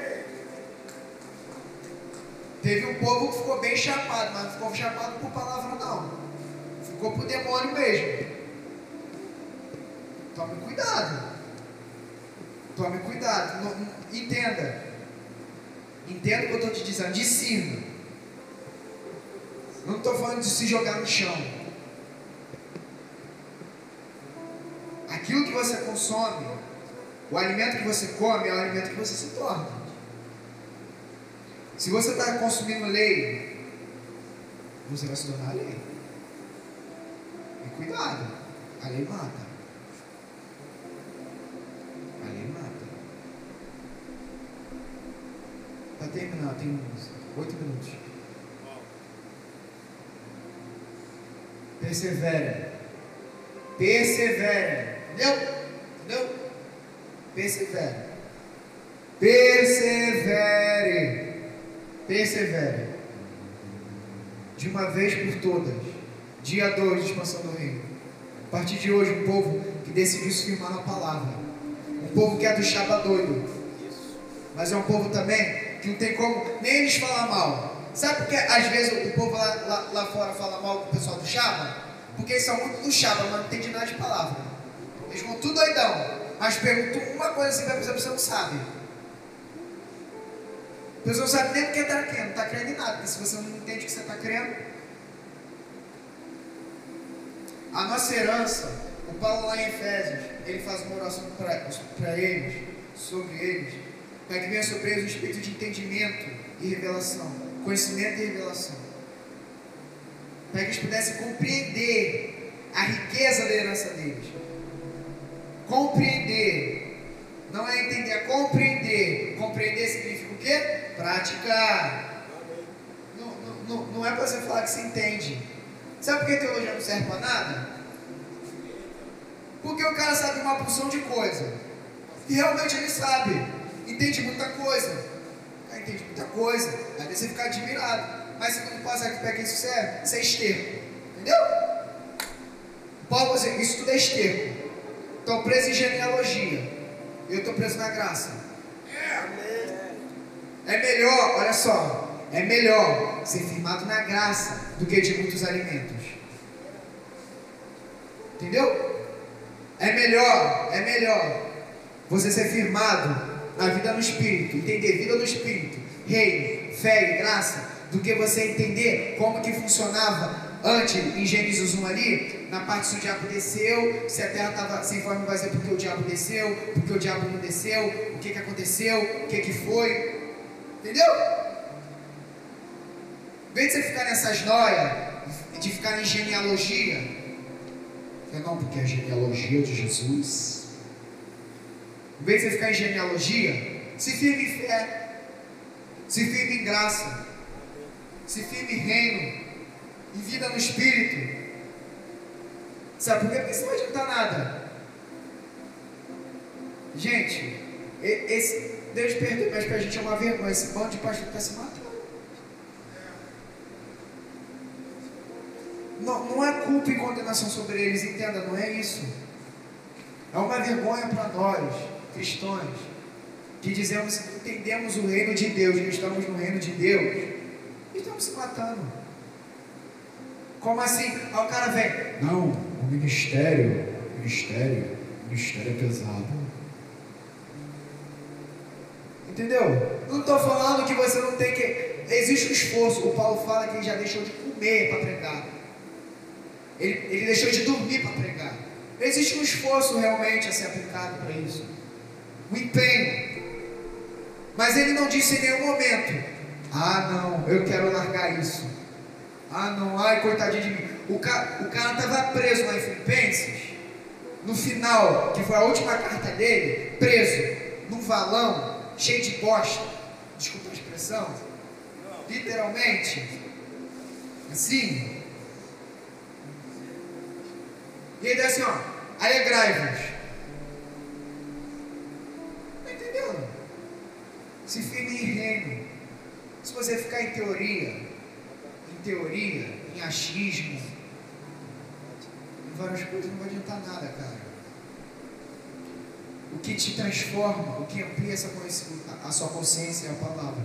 Teve um povo que ficou bem chapado, mas não ficou chapado por palavra não. Ficou por demônio mesmo. Tome cuidado. Tome cuidado. Não, não, entenda. Entenda o que eu estou te dizendo. De cima. Não estou falando de se jogar no chão. Aquilo que você consome, o alimento que você come é o alimento que você se torna. Se você está consumindo lei, você vai se tornar a lei. E cuidado, a lei mata. A lei mata. Para terminar, tem oito minutos. Persevere. Persevere. Entendeu? Entendeu? Persevere. Persevere. Persevere. De uma vez por todas. Dia dois de expansão do reino. A partir de hoje, um povo que decidiu se firmar na palavra. Um povo que é do chapa doido. Mas é um povo também que não tem como nem eles falar mal. Sabe por que às vezes o povo lá, lá, lá fora fala mal do pessoal do chapa? Porque eles são muito do chapa, mas não entendem nada de palavra. Eles vão tudo doidão. Mas perguntam uma coisa assim para a pessoa, a pessoa não sabe. A pessoa não sabe nem o que está crendo, não está crendo em nada, porque se você não entende o que você está crendo. A nossa herança, o Paulo lá em Efésios, ele faz uma oração para eles, sobre eles, para que venha sobre eles o espírito de entendimento e revelação, conhecimento e revelação, para que eles pudessem compreender a riqueza da herança deles. Compreender, não é entender, é compreender. Compreender significa o quê? Praticar. Não, não, não, não é para você falar que você entende. Sabe por que teologia não serve para nada? Porque o cara sabe uma porção de coisa. E realmente ele sabe. Entende muita coisa. O cara entende muita coisa. Às vezes você fica admirado. Mas você não pode saber para que isso serve? Isso é esterco. Entendeu? Paulo vai dizer, isso tudo é esterco. Estou preso em genealogia. Eu estou preso na graça. É melhor, olha só. É melhor ser firmado na graça do que de muitos alimentos. Entendeu? É melhor, é melhor você ser firmado na vida no Espírito, entender vida no Espírito, reino, fé e graça, do que você entender como que funcionava antes, em Gênesis um ali, na parte se o diabo desceu, se a terra estava sem forma e vazia porque o diabo desceu, porque o diabo não desceu, o que que aconteceu, o que que foi, entendeu? vez de você ficar nessas noias, de ficar em genealogia, eu não, porque a genealogia de Jesus. Em vez de você ficar em genealogia, se firme em fé, se firme em graça, se firme em reino, em vida no Espírito. Sabe por quê? Porque isso não vai adiantar nada. Gente, esse, Deus perdoe, mas pra gente é uma vergonha. Esse bando de pastor está se matando. Não, não é culpa e condenação sobre eles, entenda, não é isso. É uma vergonha para nós, cristãos, que dizemos, entendemos o reino de Deus, que estamos no reino de Deus, e estamos se matando. Como assim? Aí o cara vem, não, o ministério, o ministério, o ministério é pesado. Entendeu? Não estou falando que você não tem que... Existe um esforço. O Paulo fala que ele já deixou de comer para pregar. Ele, ele deixou de dormir para pregar. Existe um esforço realmente a ser aplicado para isso. Um empenho. Mas ele não disse em nenhum momento: ah não, eu quero largar isso. Ah não, ai coitadinho de mim. O cara o cara estava preso lá em Filipenses. No final, que foi a última carta dele, preso num valão cheio de bosta, desculpa a expressão, literalmente, assim, e ele diz assim, ó, alegrai-vos, não entendeu? Se firme em reino. Se você ficar em teoria, em teoria, em achismo, em várias coisas, não vai adiantar nada, cara. O que te transforma, o que amplia essa a sua consciência é a palavra.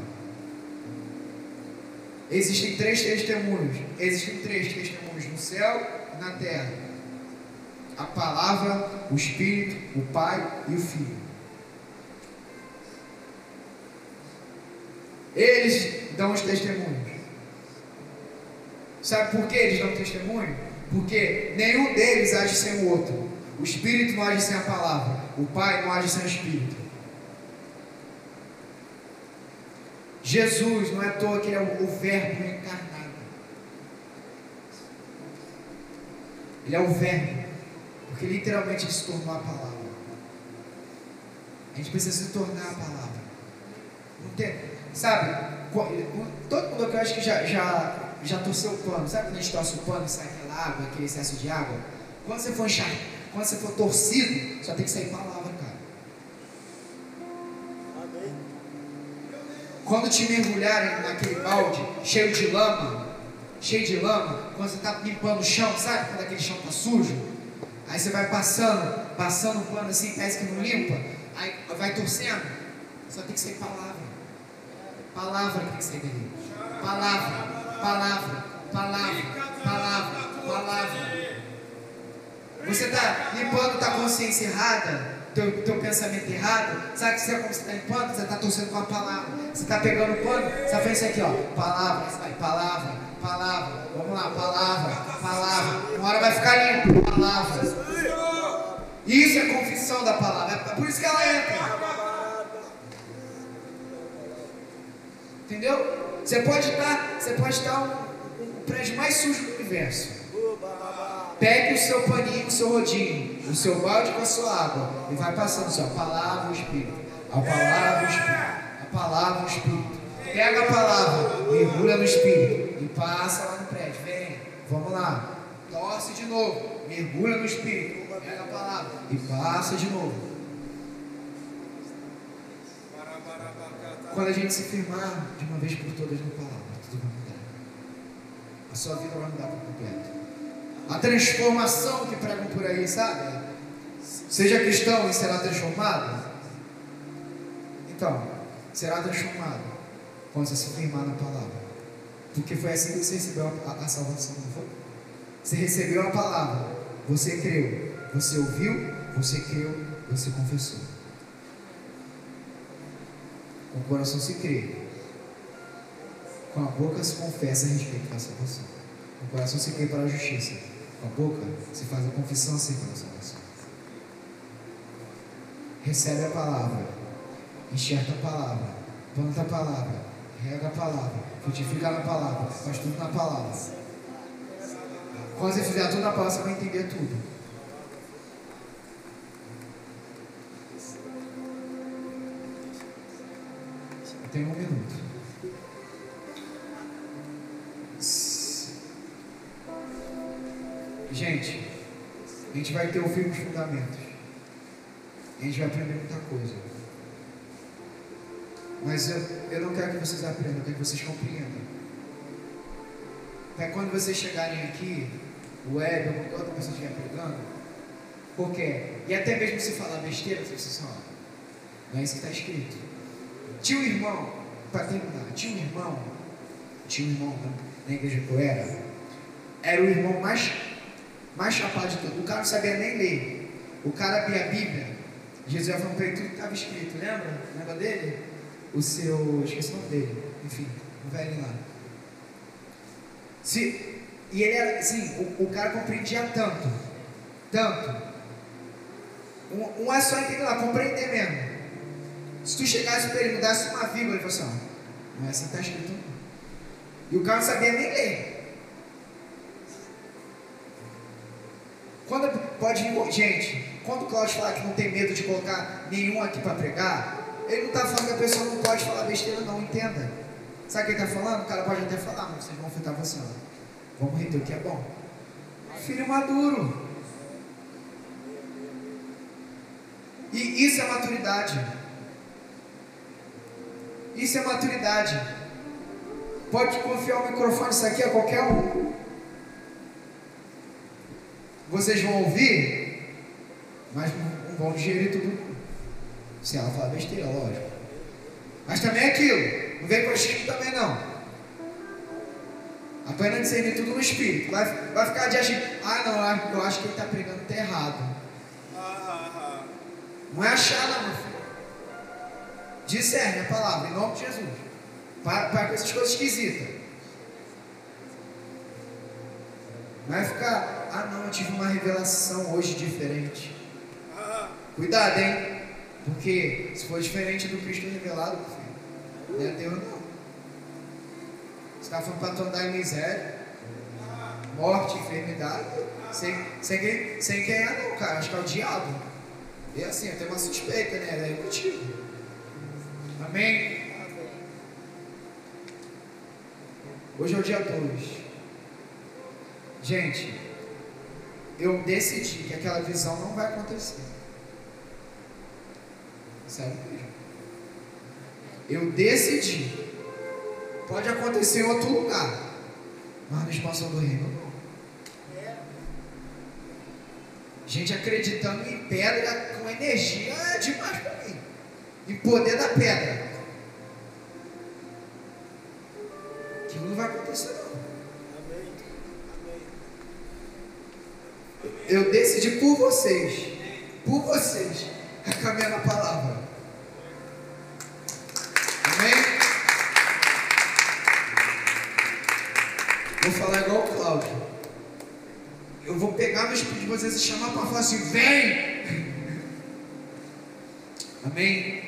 Existem três testemunhos. Existem três testemunhos no céu e na terra: a palavra, o Espírito, o Pai e o Filho. Eles dão os testemunhos. Sabe por que eles dão testemunho? Porque nenhum deles age sem o outro. O Espírito não age sem a palavra. O Pai não age sem o Espírito. Jesus, não é à toa que ele é o, o verbo encarnado. Ele é o verbo, porque literalmente ele se tornou a palavra. A gente precisa se tornar a palavra. Não tem, sabe, todo mundo aqui eu acho que já, já, já torceu o pano. Sabe quando a gente torce o pano e sai aquela água, aquele excesso de água? Quando você for enxar, quando você for torcido, só tem que sair palavra, cara. Amém. Quando te mergulharem naquele balde cheio de lama, cheio de lama, quando você está limpando o chão, sabe quando aquele chão está sujo? Aí você vai passando, passando o pano assim, parece que não limpa, aí vai torcendo, só tem que sair palavra. Palavra que tem que sair dele. Palavra, palavra, palavra, palavra, palavra. Você está limpando tua consciência errada, teu, teu pensamento errado. Sabe que você, como você está limpando? Você está torcendo com a palavra. Você está pegando o pano, você está fazendo isso aqui, ó. Palavra, vai, palavra, palavra. Vamos lá, palavra, palavra. Uma hora vai ficar limpo, palavra. Isso é confissão da palavra. É por isso que ela entra. Entendeu? Você pode estar, você pode estar um, um prédio mais sujo do universo. Pegue o seu paninho, o seu rodinho, o seu balde com a sua água e vai passando assim, a palavra, o Espírito, a palavra, o Espírito, a palavra, o Espírito. Pega a palavra, mergulha no Espírito e passa lá no prédio. Vem, vamos lá, torce de novo, mergulha no Espírito, pega a palavra e passa de novo. Quando a gente se firmar de uma vez por todas na palavra, tudo vai mudar. A sua vida vai mudar por completo. A transformação que pregam por aí, sabe? Seja cristão e será transformado. Então, será transformado quando você se firmar na palavra. Porque foi assim que você recebeu a, a, a salvação, não foi? Você recebeu a palavra, você creu, você ouviu, você creu, você confessou. Com o coração se crê, com a boca se confessa a respeito da salvação. Com o coração se crê para a justiça, com a boca se faz a confissão acerca da salvação. Recebe a palavra, enxerga a palavra, planta a palavra, Rega a palavra. Frutifica na palavra. Faz tudo na palavra. Quando você fizer tudo na palavra, você vai entender tudo. Eu tenho um minuto. Gente, a gente vai ter o firme fundamentos. A gente vai aprender muita coisa. Mas eu, eu não quero que vocês aprendam, eu quero que vocês compreendam. Para quando vocês chegarem aqui, o web ou qualquer outra pessoa estiver pregando, qualquer, e até mesmo se falar besteira, vocês falam, não é isso que está escrito. Tinha um irmão, para terminar, tinha um irmão, tinha um irmão na igreja que eu era, era o irmão mais, mais chapado de todos. O cara não sabia nem ler. O cara abria a Bíblia, Jesus ia falando para ele tudo que estava escrito, lembra? Lembra dele? O seu, esqueci o nome dele, enfim, o velho lá. Se, e ele era, assim, o, o cara compreendia tanto, tanto. Um, um é só entender lá, compreender mesmo. Se tu chegasse para ele e mudasse uma vírgula, ele falou assim, ó, não é assim que está escrito não. E o cara não sabia nem ler. Quando pode vir, gente, quando o Cláudio fala que não tem medo de colocar nenhum aqui para pregar, ele não está falando que a pessoa não pode falar besteira não, entenda. Sabe o que ele está falando? O cara pode até falar, mas vocês vão afetar você. Ó. Vamos reter o que é bom. Filho maduro. E isso é maturidade. Isso é maturidade. Pode confiar o microfone, isso aqui a qualquer um. Vocês vão ouvir, mas não vão digerir tudo. Se ela falar besteira, lógico. Mas também é aquilo. Não vem com o espírito também não. Apenas discernir tudo no espírito. Vai, vai ficar de agir. Ah não, eu acho que ele está pregando até errado. Não é achar não, meu filho. Discerne a palavra, em nome de Jesus. Para, para com essas coisas esquisitas. Não vai ficar, ah não, eu tive uma revelação hoje diferente. Cuidado, hein? Porque se for diferente do Cristo revelado, meu filho, não é Deus não. Você está falando para tu andar em miséria, morte, enfermidade, sem, sem, quem, sem quem é não, cara, acho que é o diabo. E assim, eu tenho uma suspeita, né? É contigo. Amém? Hoje é o dia dois. Gente, eu decidi que aquela visão não vai acontecer. Sério mesmo. Eu decidi. Pode acontecer em outro lugar, mas na expansão do reino não. Gente acreditando em pedra com energia é demais para mim. Em poder da pedra. Aquilo não vai acontecer não. Eu decidi por vocês, por vocês, a caminhar na palavra. Amém? Vou falar igual o Cláudio. Eu vou pegar no espírito de vocês e chamar para falar assim, vem! Amém?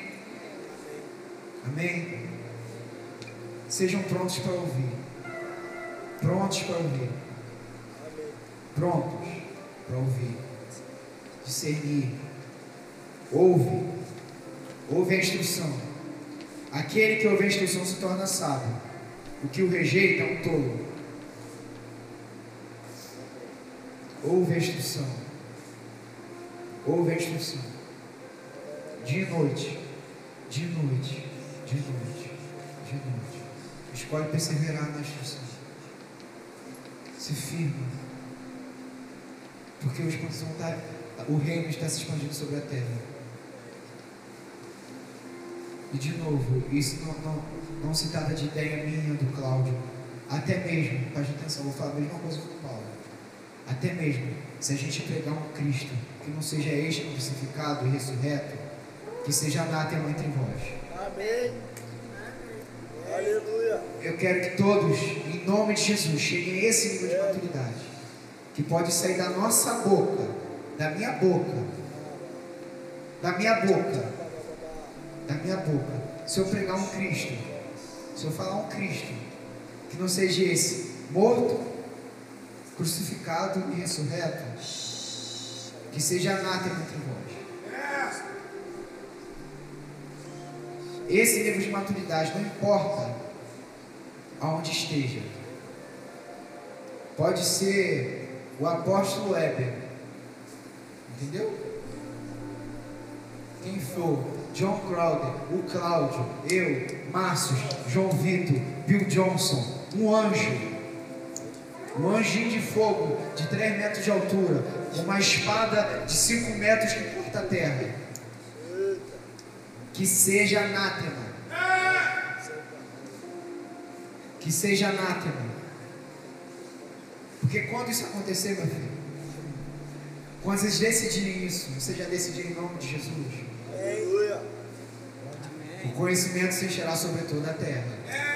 Amém? Sejam prontos para ouvir. Prontos para ouvir. Prontos para ouvir. Discernir. Ouve. Ouve a instrução. Aquele que ouve a instrução se torna sábio. O que o rejeita é um tolo. Ouve a instrução. Ouve a instrução. Dia e noite. Dia e noite. Dia e noite. Dia e noite. Escolhe perseverar na instrução. Se firma. Porque tá, o reino está se expandindo sobre a terra. E de novo, isso não, não, não se trata de ideia minha, do Cláudio. Até mesmo, preste atenção, vou falar a mesma coisa com o Paulo. Até mesmo, se a gente pregar um Cristo que não seja este crucificado e ressurreto, que seja anátema entre vós. Amém. Aleluia. Eu quero que todos, em nome de Jesus, cheguem a esse nível de maturidade. Que pode sair da nossa boca, da minha boca, da minha boca, da minha boca. Se eu pregar um Cristo, se Se eu falar um Cristo, que não seja esse, morto, crucificado e ressurreto, que seja anátema entre vós. Esse nível de maturidade, não importa aonde esteja. Pode ser o apóstolo Weber, entendeu? Quem for, John Crowder, o Cláudio, eu, Márcio, João Vitor, Bill Johnson, um anjo, um anjinho de fogo de três metros de altura, uma espada de cinco metros que corta a terra, que seja anátema, que seja anátema, porque quando isso acontecer, meu filho, quando vocês decidirem isso, vocês já decidiram em nome de Jesus, o conhecimento se encherá sobre toda a terra.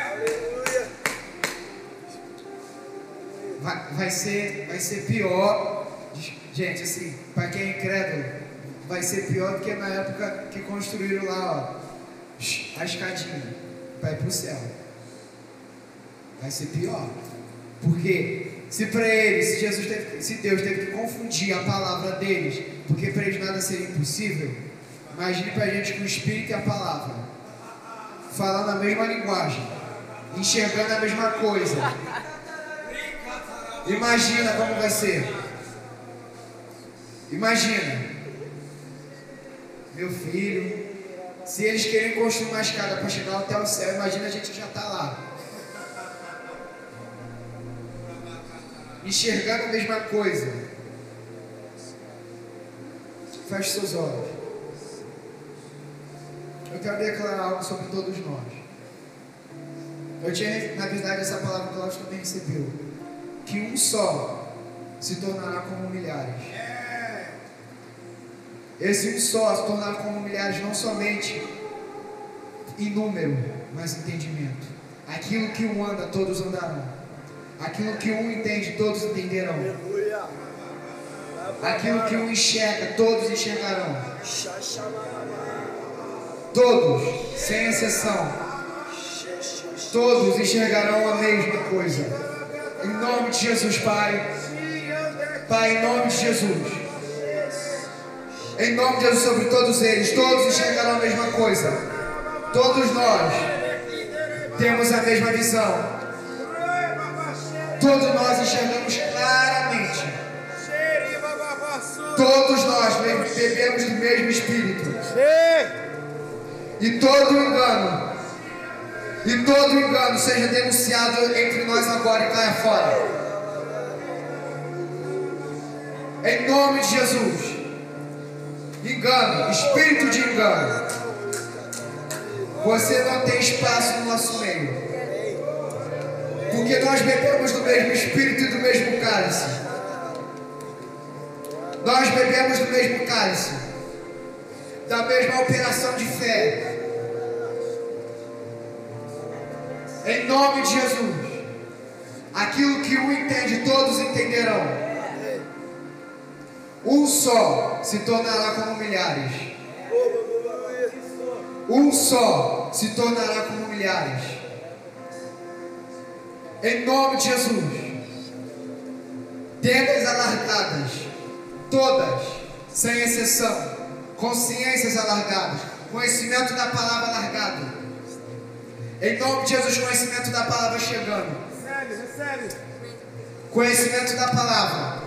Vai, vai, ser, vai ser pior, gente, assim, para quem é incrédulo, vai ser pior do que na época que construíram lá, ó, a escadinha para ir para o céu. Vai ser pior, porque se para eles, se Jesus teve, se Deus teve que confundir a palavra deles, porque para eles nada seria impossível, imagine para a gente que o Espírito e a palavra falando a mesma linguagem, enxergando a mesma coisa. Imagina como vai ser. Imagina, meu filho, se eles querem construir uma escada para chegar até o céu, imagina a gente já está lá, enxergando a mesma coisa. Feche seus olhos. Eu quero declarar algo sobre todos nós. Eu tinha, na verdade, essa palavra que o Cláudio também recebeu, que um só se tornará como milhares. Esse um só se tornará como milhares, não somente em número, mas em entendimento. Aquilo que um anda, todos andarão. Aquilo que um entende, todos entenderão. Aquilo que um enxerga, todos enxergarão. Todos, sem exceção, todos enxergarão a mesma coisa. Em nome de Jesus, Pai. Pai, em nome de Jesus. Em nome de Jesus, sobre todos eles, todos enxergarão a mesma coisa. Todos nós temos a mesma visão. Todos nós enxergamos claramente. Todos nós bebemos do mesmo Espírito. E todo engano, e todo engano seja denunciado entre nós agora e caia fora. Em nome de Jesus. Engano, espírito de engano, você não tem espaço no nosso meio, porque nós bebemos do mesmo Espírito e do mesmo cálice. Nós bebemos do mesmo cálice, da mesma operação de fé. Em nome de Jesus, aquilo que um entende, todos entenderão. Um só se tornará como milhares. Um só se tornará como milhares. Em nome de Jesus. Tendas alargadas, todas, sem exceção. Consciências alargadas. Conhecimento da palavra alargado. Em nome de Jesus, conhecimento da palavra chegando. Recebe, recebe. Conhecimento da palavra.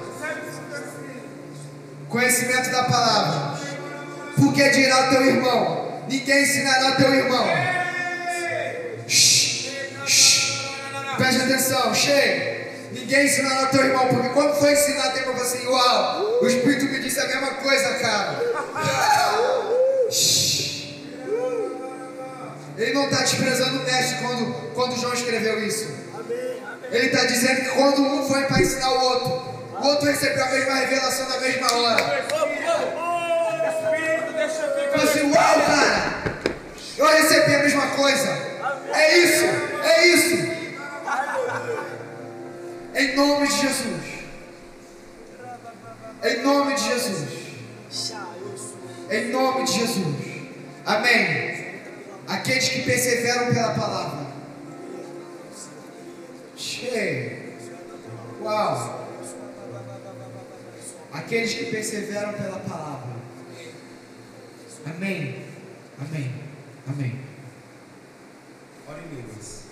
Conhecimento da palavra. Porque dirá o teu irmão, ninguém ensinará teu irmão. Shhh, shhh. Preste atenção, cheio. Ninguém ensinará teu irmão, porque quando foi ensinar, tem pra você assim, uau, o Espírito me disse a mesma coisa, cara. Shhh. Ele não está desprezando o mestre quando, quando João escreveu isso. Ele está dizendo que quando um foi para ensinar o outro, o outro recebeu a mesma revelação na mesma hora. Falei assim, uau, cara, eu recebi a mesma coisa. É isso, é isso. Em nome de Jesus. Em nome de Jesus. Em nome de Jesus. Amém. Aqueles que perseveram pela palavra Rei. Uau! Aqueles que perseveram pela palavra. Amém. Amém. Amém. Ora em línguas.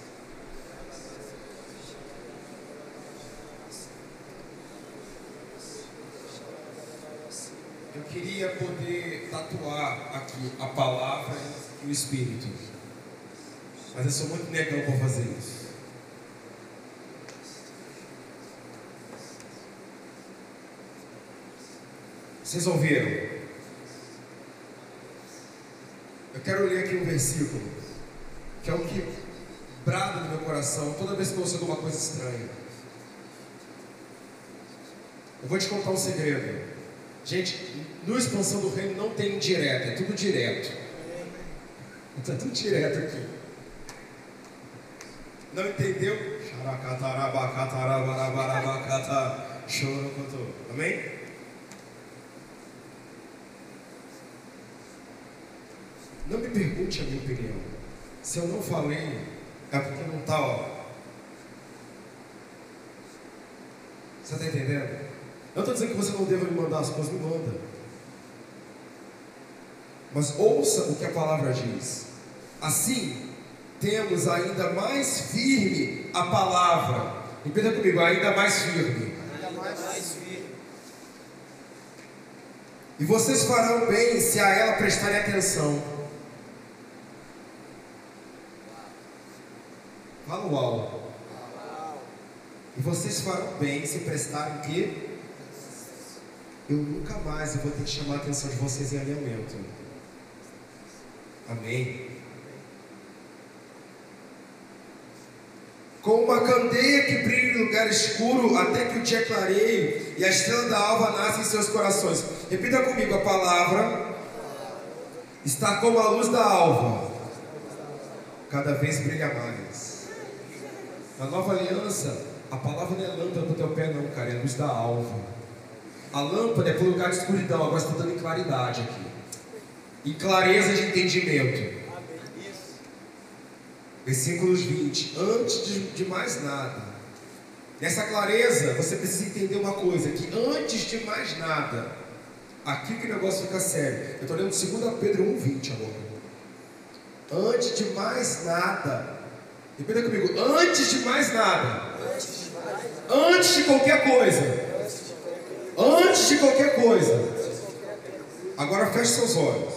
Eu queria poder tatuar aqui a palavra e o Espírito, mas eu sou muito negão para fazer isso. Vocês ouviram? Eu quero ler aqui um versículo, que é o que brada no meu coração toda vez que eu ouço alguma coisa estranha. Eu vou te contar um segredo. Gente, no Expansão do Reino não tem indireto, é tudo direto. Está tudo direto aqui. Não entendeu? Amém? Não me pergunte a minha opinião. Se eu não falei, é porque não está, ó. Você está entendendo? Eu não estou dizendo que você não deva me mandar as coisas, me manda. Mas ouça o que a palavra diz. Assim, temos ainda mais firme a palavra. Repita comigo, ainda mais firme. Ainda mais firme. E vocês farão bem se a ela prestarem atenção. Fala uau. E vocês farão bem se prestarem quê? Eu nunca mais eu vou ter que chamar a atenção de vocês em alinhamento. Amém? Com uma candeia que brilha em lugar escuro, até que o dia clareie e a estrela da alva nasce em seus corações. Repita comigo, a palavra está como a luz da alva, cada vez brilha mais. Na nova aliança, a palavra não é lâmpada para o teu pé não, cara, é a luz da alva. A lâmpada é para o lugar de escuridão, agora está dando em claridade aqui. Em clareza de entendimento. Versículos vinte. Antes de, de mais nada, nessa clareza, você precisa entender uma coisa: que antes de mais nada, aqui que o negócio fica sério. Eu estou lendo dois Pedro um, vinte agora. Antes de mais nada, repita comigo: antes de mais nada, antes de qualquer coisa. Antes de qualquer coisa. Agora feche seus olhos.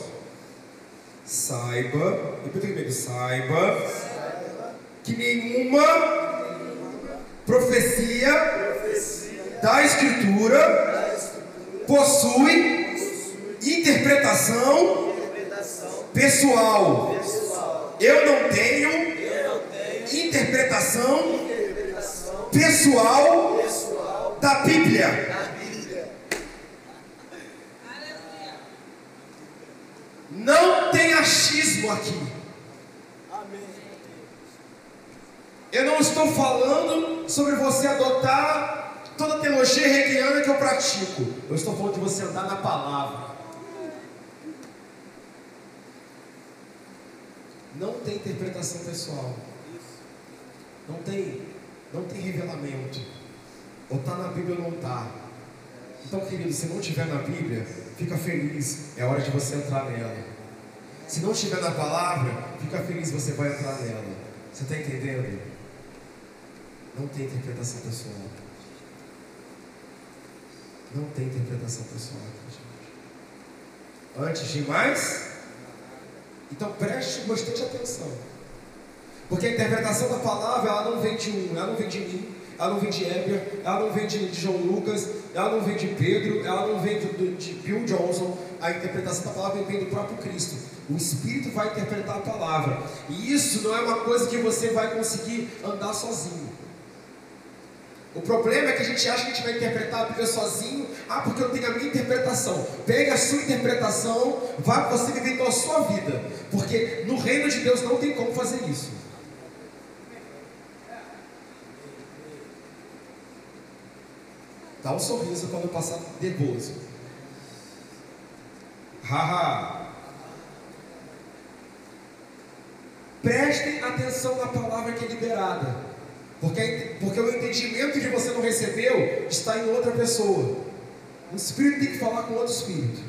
Saiba, repita comigo, saiba que nenhuma profecia da Escritura possui interpretação pessoal. Eu não tenho interpretação pessoal da Bíblia. Não tem achismo aqui. Eu não estou falando sobre você adotar toda a teologia hegeliana que eu pratico. Eu estou falando de você andar na palavra. Não tem interpretação pessoal. Não tem, não tem revelamento. Ou está na Bíblia ou não está. Então, querido, se não estiver na Bíblia, fica feliz, é hora de você entrar nela. Se não estiver na palavra, fica feliz, você vai entrar nela. Você está entendendo? Não tem interpretação pessoal. Não tem interpretação pessoal aqui, gente. Antes de mais, então preste bastante atenção. Porque a interpretação da palavra, ela não vem de um, ela não vem de mim, ela não vem de Heber, ela não vem de, de João Lucas, ela não vem de Pedro, ela não vem de, de Bill Johnson. A interpretação da palavra vem do próprio Cristo. O Espírito vai interpretar a palavra. E isso não é uma coisa que você vai conseguir andar sozinho. O problema é que a gente acha que a gente vai interpretar a Bíblia sozinho. Ah, porque eu tenho a minha interpretação. Pega a sua interpretação, vá você viver então a sua vida. Porque no reino de Deus não tem como fazer isso. Dá um sorriso quando passar nervoso. Haha. Prestem atenção na palavra que é liberada. Porque, porque o entendimento que você não recebeu está em outra pessoa. O Espírito tem que falar com outro Espírito.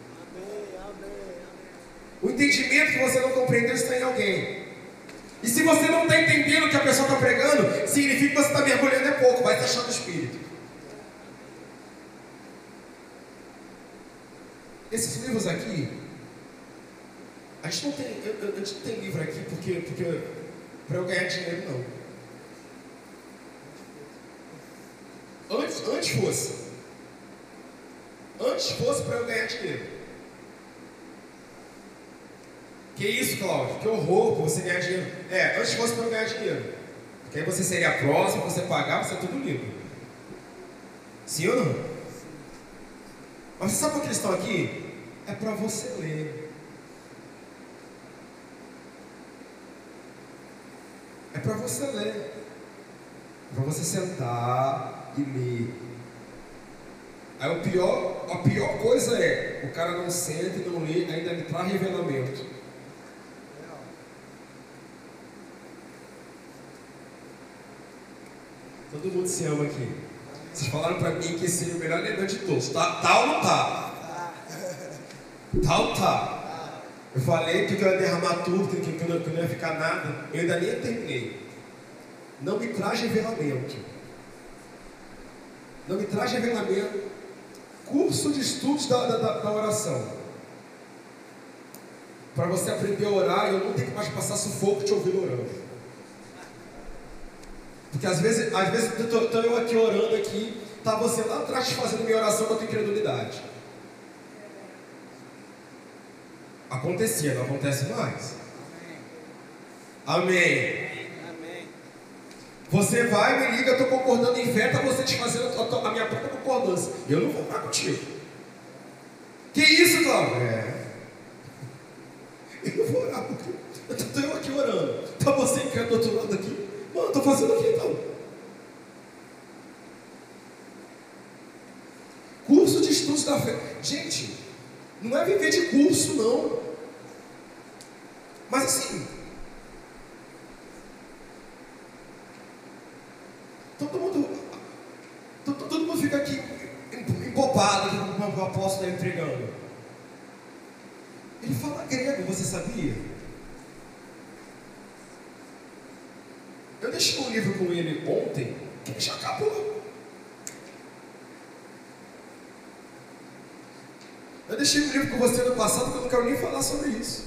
O entendimento que você não compreendeu está em alguém. E se você não está entendendo o que a pessoa está pregando, significa que você está mergulhando é pouco, vai estar achando o Espírito. Esses livros aqui, a gente não tem, eu, eu, a gente não tem livro aqui porque, porque para eu ganhar dinheiro não. Antes, antes fosse. Antes fosse para eu ganhar dinheiro. Que isso, Cláudio? Que horror para você ganhar dinheiro. É, antes fosse para eu ganhar dinheiro. Porque aí você seria próximo, você pagava, você é tudo livre. Sim ou não? Mas você sabe por que eles estão aqui? É para você ler. É para você ler. É para você sentar e ler. Aí o pior, a pior coisa é, o cara não senta e não lê, ainda me traz revelamento. Todo mundo se ama aqui. Vocês falaram pra mim que esse seria o melhor negócio de todos. Tá, tá ou não tá? Tá ou tá? Eu falei que eu ia derramar tudo, que, que, que, não, que não ia ficar nada. Eu ainda nem terminei. Não me traz revelamento. Não me traz revelamento. Curso de estudos da, da, da oração. Para você aprender a orar, eu não tenho que mais passar sufoco te ouvir orando. Porque às vezes, às vezes estou eu aqui orando aqui, está você lá atrás fazendo minha oração com a tua incredulidade. Acontecia, não acontece mais. Amém. Amém. Você vai, me liga, eu estou concordando em fé, está você desfazendo a, a minha própria concordância. Eu não vou orar contigo. Que isso, Cláudio? É. Eu não vou orar porque eu estou eu aqui orando. Está você que é do outro lado aqui. Mano, estou fazendo o que então? Curso de estudos da fé. Gente, não é viver de curso, não. Mas assim, todo mundo, todo, todo mundo fica aqui embobado com o apóstolo está entregando. Ele fala grego, você sabia? Eu deixei um livro com ele ontem, que já acabou. Eu deixei um livro com você no passado, que eu não quero nem falar sobre isso.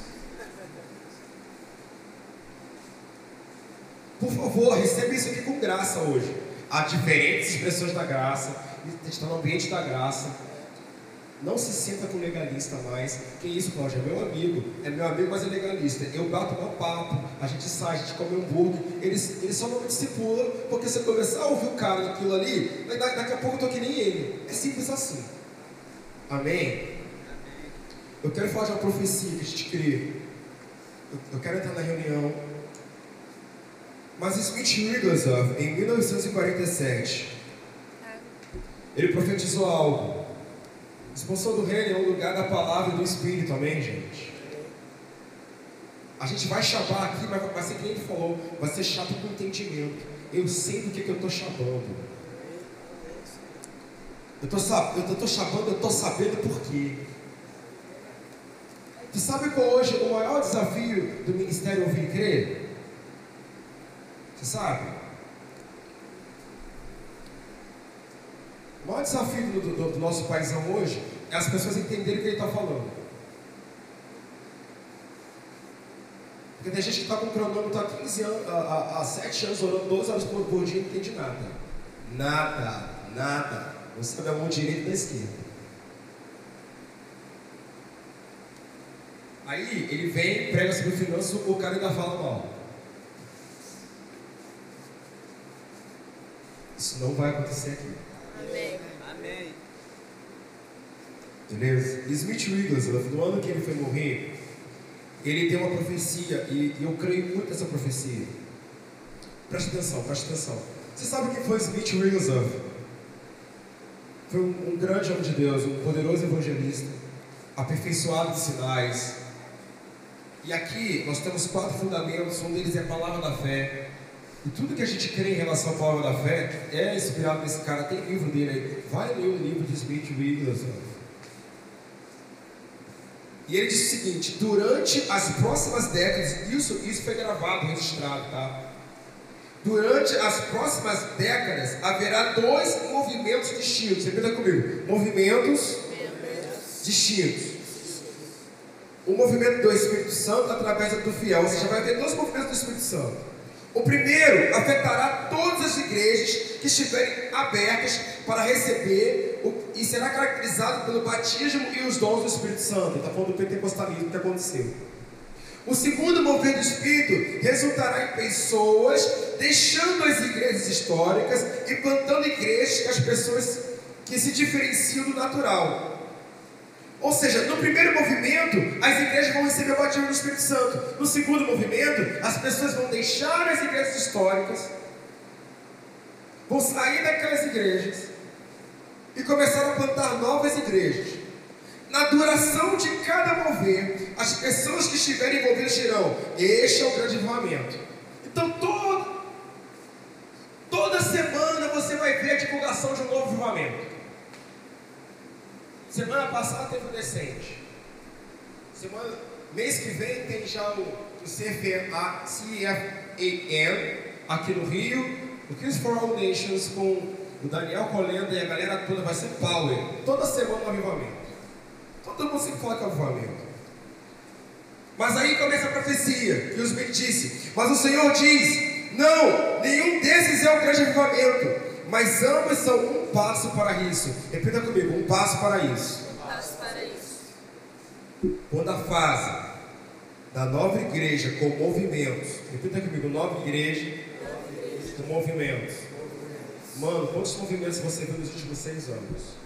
Por favor, receba isso aqui com graça hoje. Há diferentes expressões da graça, está no ambiente da graça. Não se sinta com legalista mais. Que isso, Cláudio? É meu amigo. É meu amigo, mas é legalista. Eu bato meu papo. A gente sai, a gente come hambúrguer. Ele, ele só não me discipula. Porque se eu começar a ouvir o cara naquilo ali, daqui a pouco eu estou que nem ele. É simples assim. Amém? Eu quero falar de uma profecia que a gente crê. Eu, eu quero entrar na reunião. Mas Smith Wigglesworth, em mil novecentos e quarenta e sete, ele profetizou algo. A expansão do reino é um lugar da palavra e do Espírito, amém, gente? A gente vai chabar aqui, mas vai ser que ele falou, vai ser chato com entendimento. Eu sei do que, que eu estou chabando. Eu estou chabando, eu estou sabendo por quê. Tu sabe qual hoje o maior desafio do ministério Ouvir e Crer? Você sabe? O maior desafio do, do, do nosso paizão hoje é as pessoas entenderem o que ele está falando. Porque tem gente que está com o cronômetro há quinze anos, há, há sete anos, orando doze horas por, por dia e não entende nada. Nada, nada. Não sabe a mão direita e da esquerda. Aí ele vem, prega sobre finanças, o cara ainda fala mal. Isso não vai acontecer aqui. Amém. Amém. Beleza? Smith Wigglesworth, no ano que ele foi morrer, ele tem uma profecia, e, e eu creio muito nessa profecia. Preste atenção, preste atenção. Você sabe quem foi Smith Wigglesworth? Foi um, um grande homem de Deus, um poderoso evangelista, aperfeiçoado de sinais. E aqui nós temos quatro fundamentos, um deles é a palavra da fé. E tudo que a gente crê em relação à palavra da fé é inspirado nesse cara. Tem livro dele aí. Vai ler o livro de Smith Wigglesworth. E ele disse o seguinte: durante as próximas décadas, isso, isso foi gravado, registrado, tá? Durante as próximas décadas haverá dois movimentos distintos. Repita comigo: movimentos distintos. O movimento do Espírito Santo através do fiel. Ou seja, vai haver dois movimentos do Espírito Santo. O primeiro afetará todas as igrejas que estiverem abertas para receber o, e será caracterizado pelo batismo e os dons do Espírito Santo. Ele está falando do pentecostalismo que aconteceu. O segundo mover do Espírito resultará em pessoas deixando as igrejas históricas e plantando igrejas com as pessoas que se diferenciam do natural. Ou seja, no primeiro movimento, as igrejas vão receber o batismo do Espírito Santo. No segundo movimento, as pessoas vão deixar as igrejas históricas, vão sair daquelas igrejas e começar a plantar novas igrejas. Na duração de cada mover, as pessoas que estiverem envolvidas dirão: este é o grande avivamento. Então, todo, toda semana você vai ver a divulgação de um novo avivamento. Semana passada teve o Descende. Semana, mês que vem tem já o, o C F A N aqui no Rio, o Kids for All Nations com o Daniel Colenda e a galera toda, vai ser Power. Toda semana um avivamento. Todo mundo sempre fala que é avivamento. Mas aí começa a profecia, que os Smith disse: mas o Senhor diz, não, nenhum desses é o grande avivamento, mas ambos são um passo para isso. Repita comigo: um passo para isso. Um passo para isso. Quando a fase da nova igreja com movimentos, repita comigo: nova igreja, Nova igreja. com movimentos. Mano, quantos movimentos você viu nos últimos seis anos?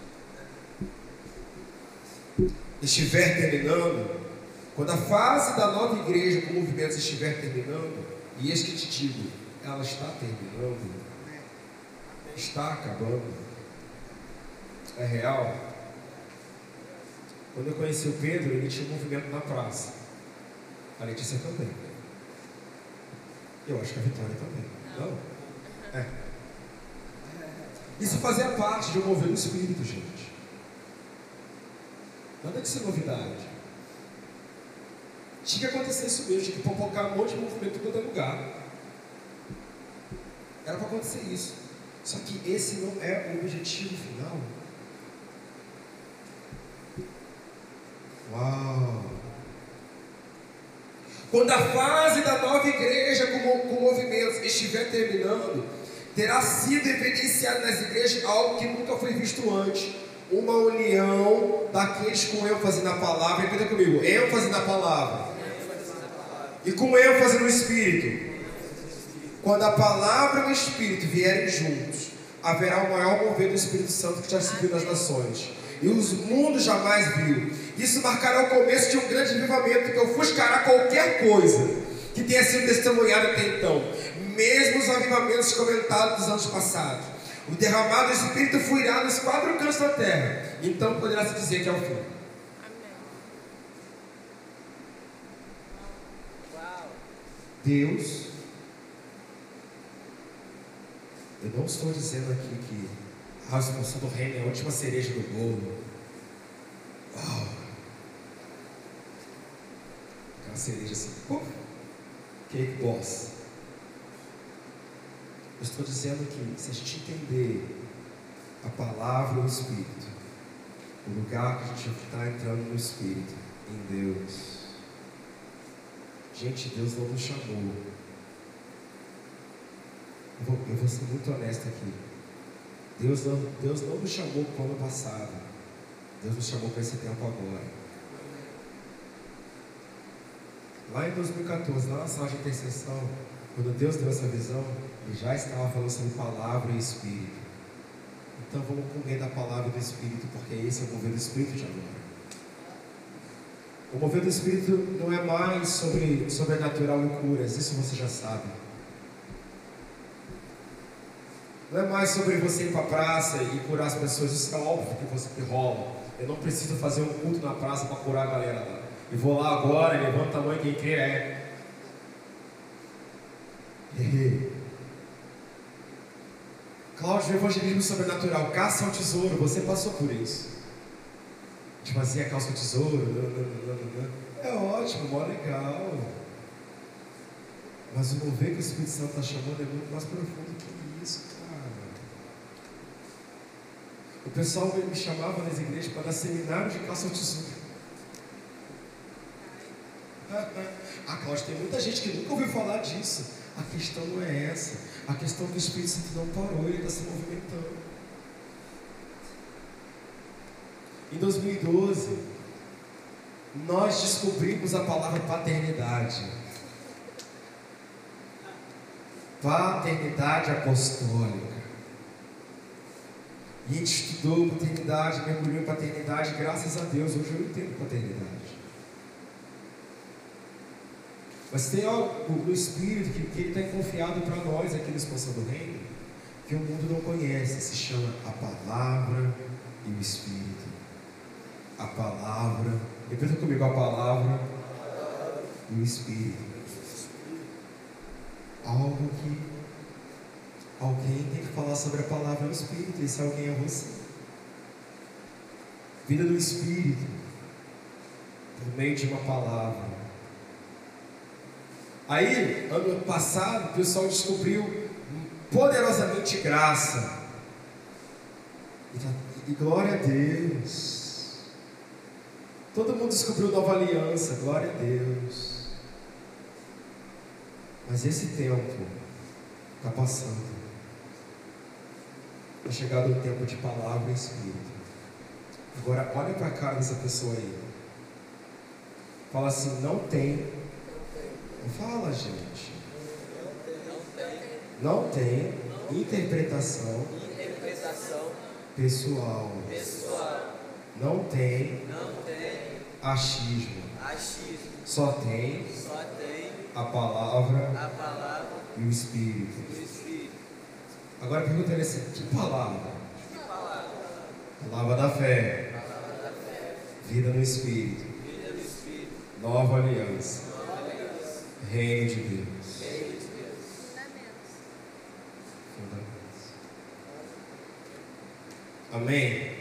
Estiver terminando, quando a fase da nova igreja com movimentos estiver terminando, e eis que te digo, ela está terminando, está acabando, é real. Quando eu conheci o Pedro, ele tinha um movimento na praça, a Letícia também, eu acho que a Vitória também, não? É. Isso fazia parte de um mover do Espírito, gente. Nada de ser novidade. Tinha que acontecer isso mesmo, tinha que provocar um monte de movimento em todo lugar. Era para acontecer isso. Só que esse não é o objetivo final. Uau! Quando a fase da nova igreja com, com movimentos estiver terminando, terá sido evidenciado nas igrejas algo que nunca foi visto antes. Uma união daqueles com ênfase na palavra. Repita comigo: ênfase na palavra. E com ênfase no Espírito. Quando a palavra e o Espírito vierem juntos, haverá o maior mover do Espírito Santo que já se viu nas nações, e os mundos jamais viu. Isso marcará o começo de um grande avivamento que ofuscará qualquer coisa que tenha sido testemunhado até então, mesmo os avivamentos comentados dos anos passados. O derramado do Espírito fluirá nos quatro cantos da terra, então poderá se dizer que é o fim. Deus, eu não estou dizendo aqui que a expulsão do reino é a última cereja do bolo. Uau! Aquela cereja assim, puf, cake boss. Eu estou dizendo que se a gente entender a palavra e o Espírito, o lugar que a gente está entrando no Espírito, em Deus. Gente, Deus não nos chamou. Eu vou, eu vou ser muito honesto aqui. Deus não, Deus não nos chamou para o ano passado. Deus nos chamou para esse tempo agora. Lá em dois mil e quatorze, lá na sala de intercessão, quando Deus deu essa visão, Ele já estava falando sobre palavra e Espírito. Então vamos comer da palavra e do Espírito, porque esse é o mover do Espírito de agora. O mover do Espírito não é mais sobre sobrenatural e curas, isso você já sabe. Não é mais sobre você ir para a praça e curar as pessoas, isso é óbvio que você que rola. Eu não preciso fazer um culto na praça para curar a galera lá. Eu vou lá agora, levanta a mão, quem crê é. Cláudio, evangelismo sobrenatural, caça ao tesouro, você passou por isso. A gente fazia calça ao tesouro, nananana. É ótimo, mó legal. Mas o mover que o Espírito Santo está chamando é muito mais profundo que isso, cara. O pessoal me chamava nas igrejas para dar seminário de caça ao tesouro. Ah, Cláudio, tem muita gente que nunca ouviu falar disso. A questão não é essa. A questão é que o Espírito Santo não parou, ele está se movimentando. Em dois mil e doze, nós descobrimos a palavra paternidade. Paternidade apostólica. E a gente estudou paternidade, mergulhou em paternidade, graças a Deus, hoje eu entendo paternidade. Mas tem algo no Espírito que, que Ele está confiado para nós aqui na expansão do reino, que o mundo não conhece, se chama a palavra e o Espírito. A palavra, repita comigo, a palavra e o Espírito. Algo que alguém tem que falar sobre a palavra e o Espírito, e esse alguém é você. Vida do Espírito, por meio de uma palavra. Aí, ano passado, o pessoal descobriu poderosamente graça. E glória a Deus. Todo mundo descobriu nova aliança, glória a Deus. Mas esse tempo está passando. É chegado o tempo de palavra e Espírito. Agora, olha para a cara dessa pessoa aí. Fala assim, não tem. Fala, gente. Não tem interpretação pessoal. Não tem achismo. Só tem a palavra e o Espírito. Agora pergunta ele assim, que palavra? Palavra da fé. Vida no Espírito. Nova aliança. Reino de Deus. Fundamentos. Amém?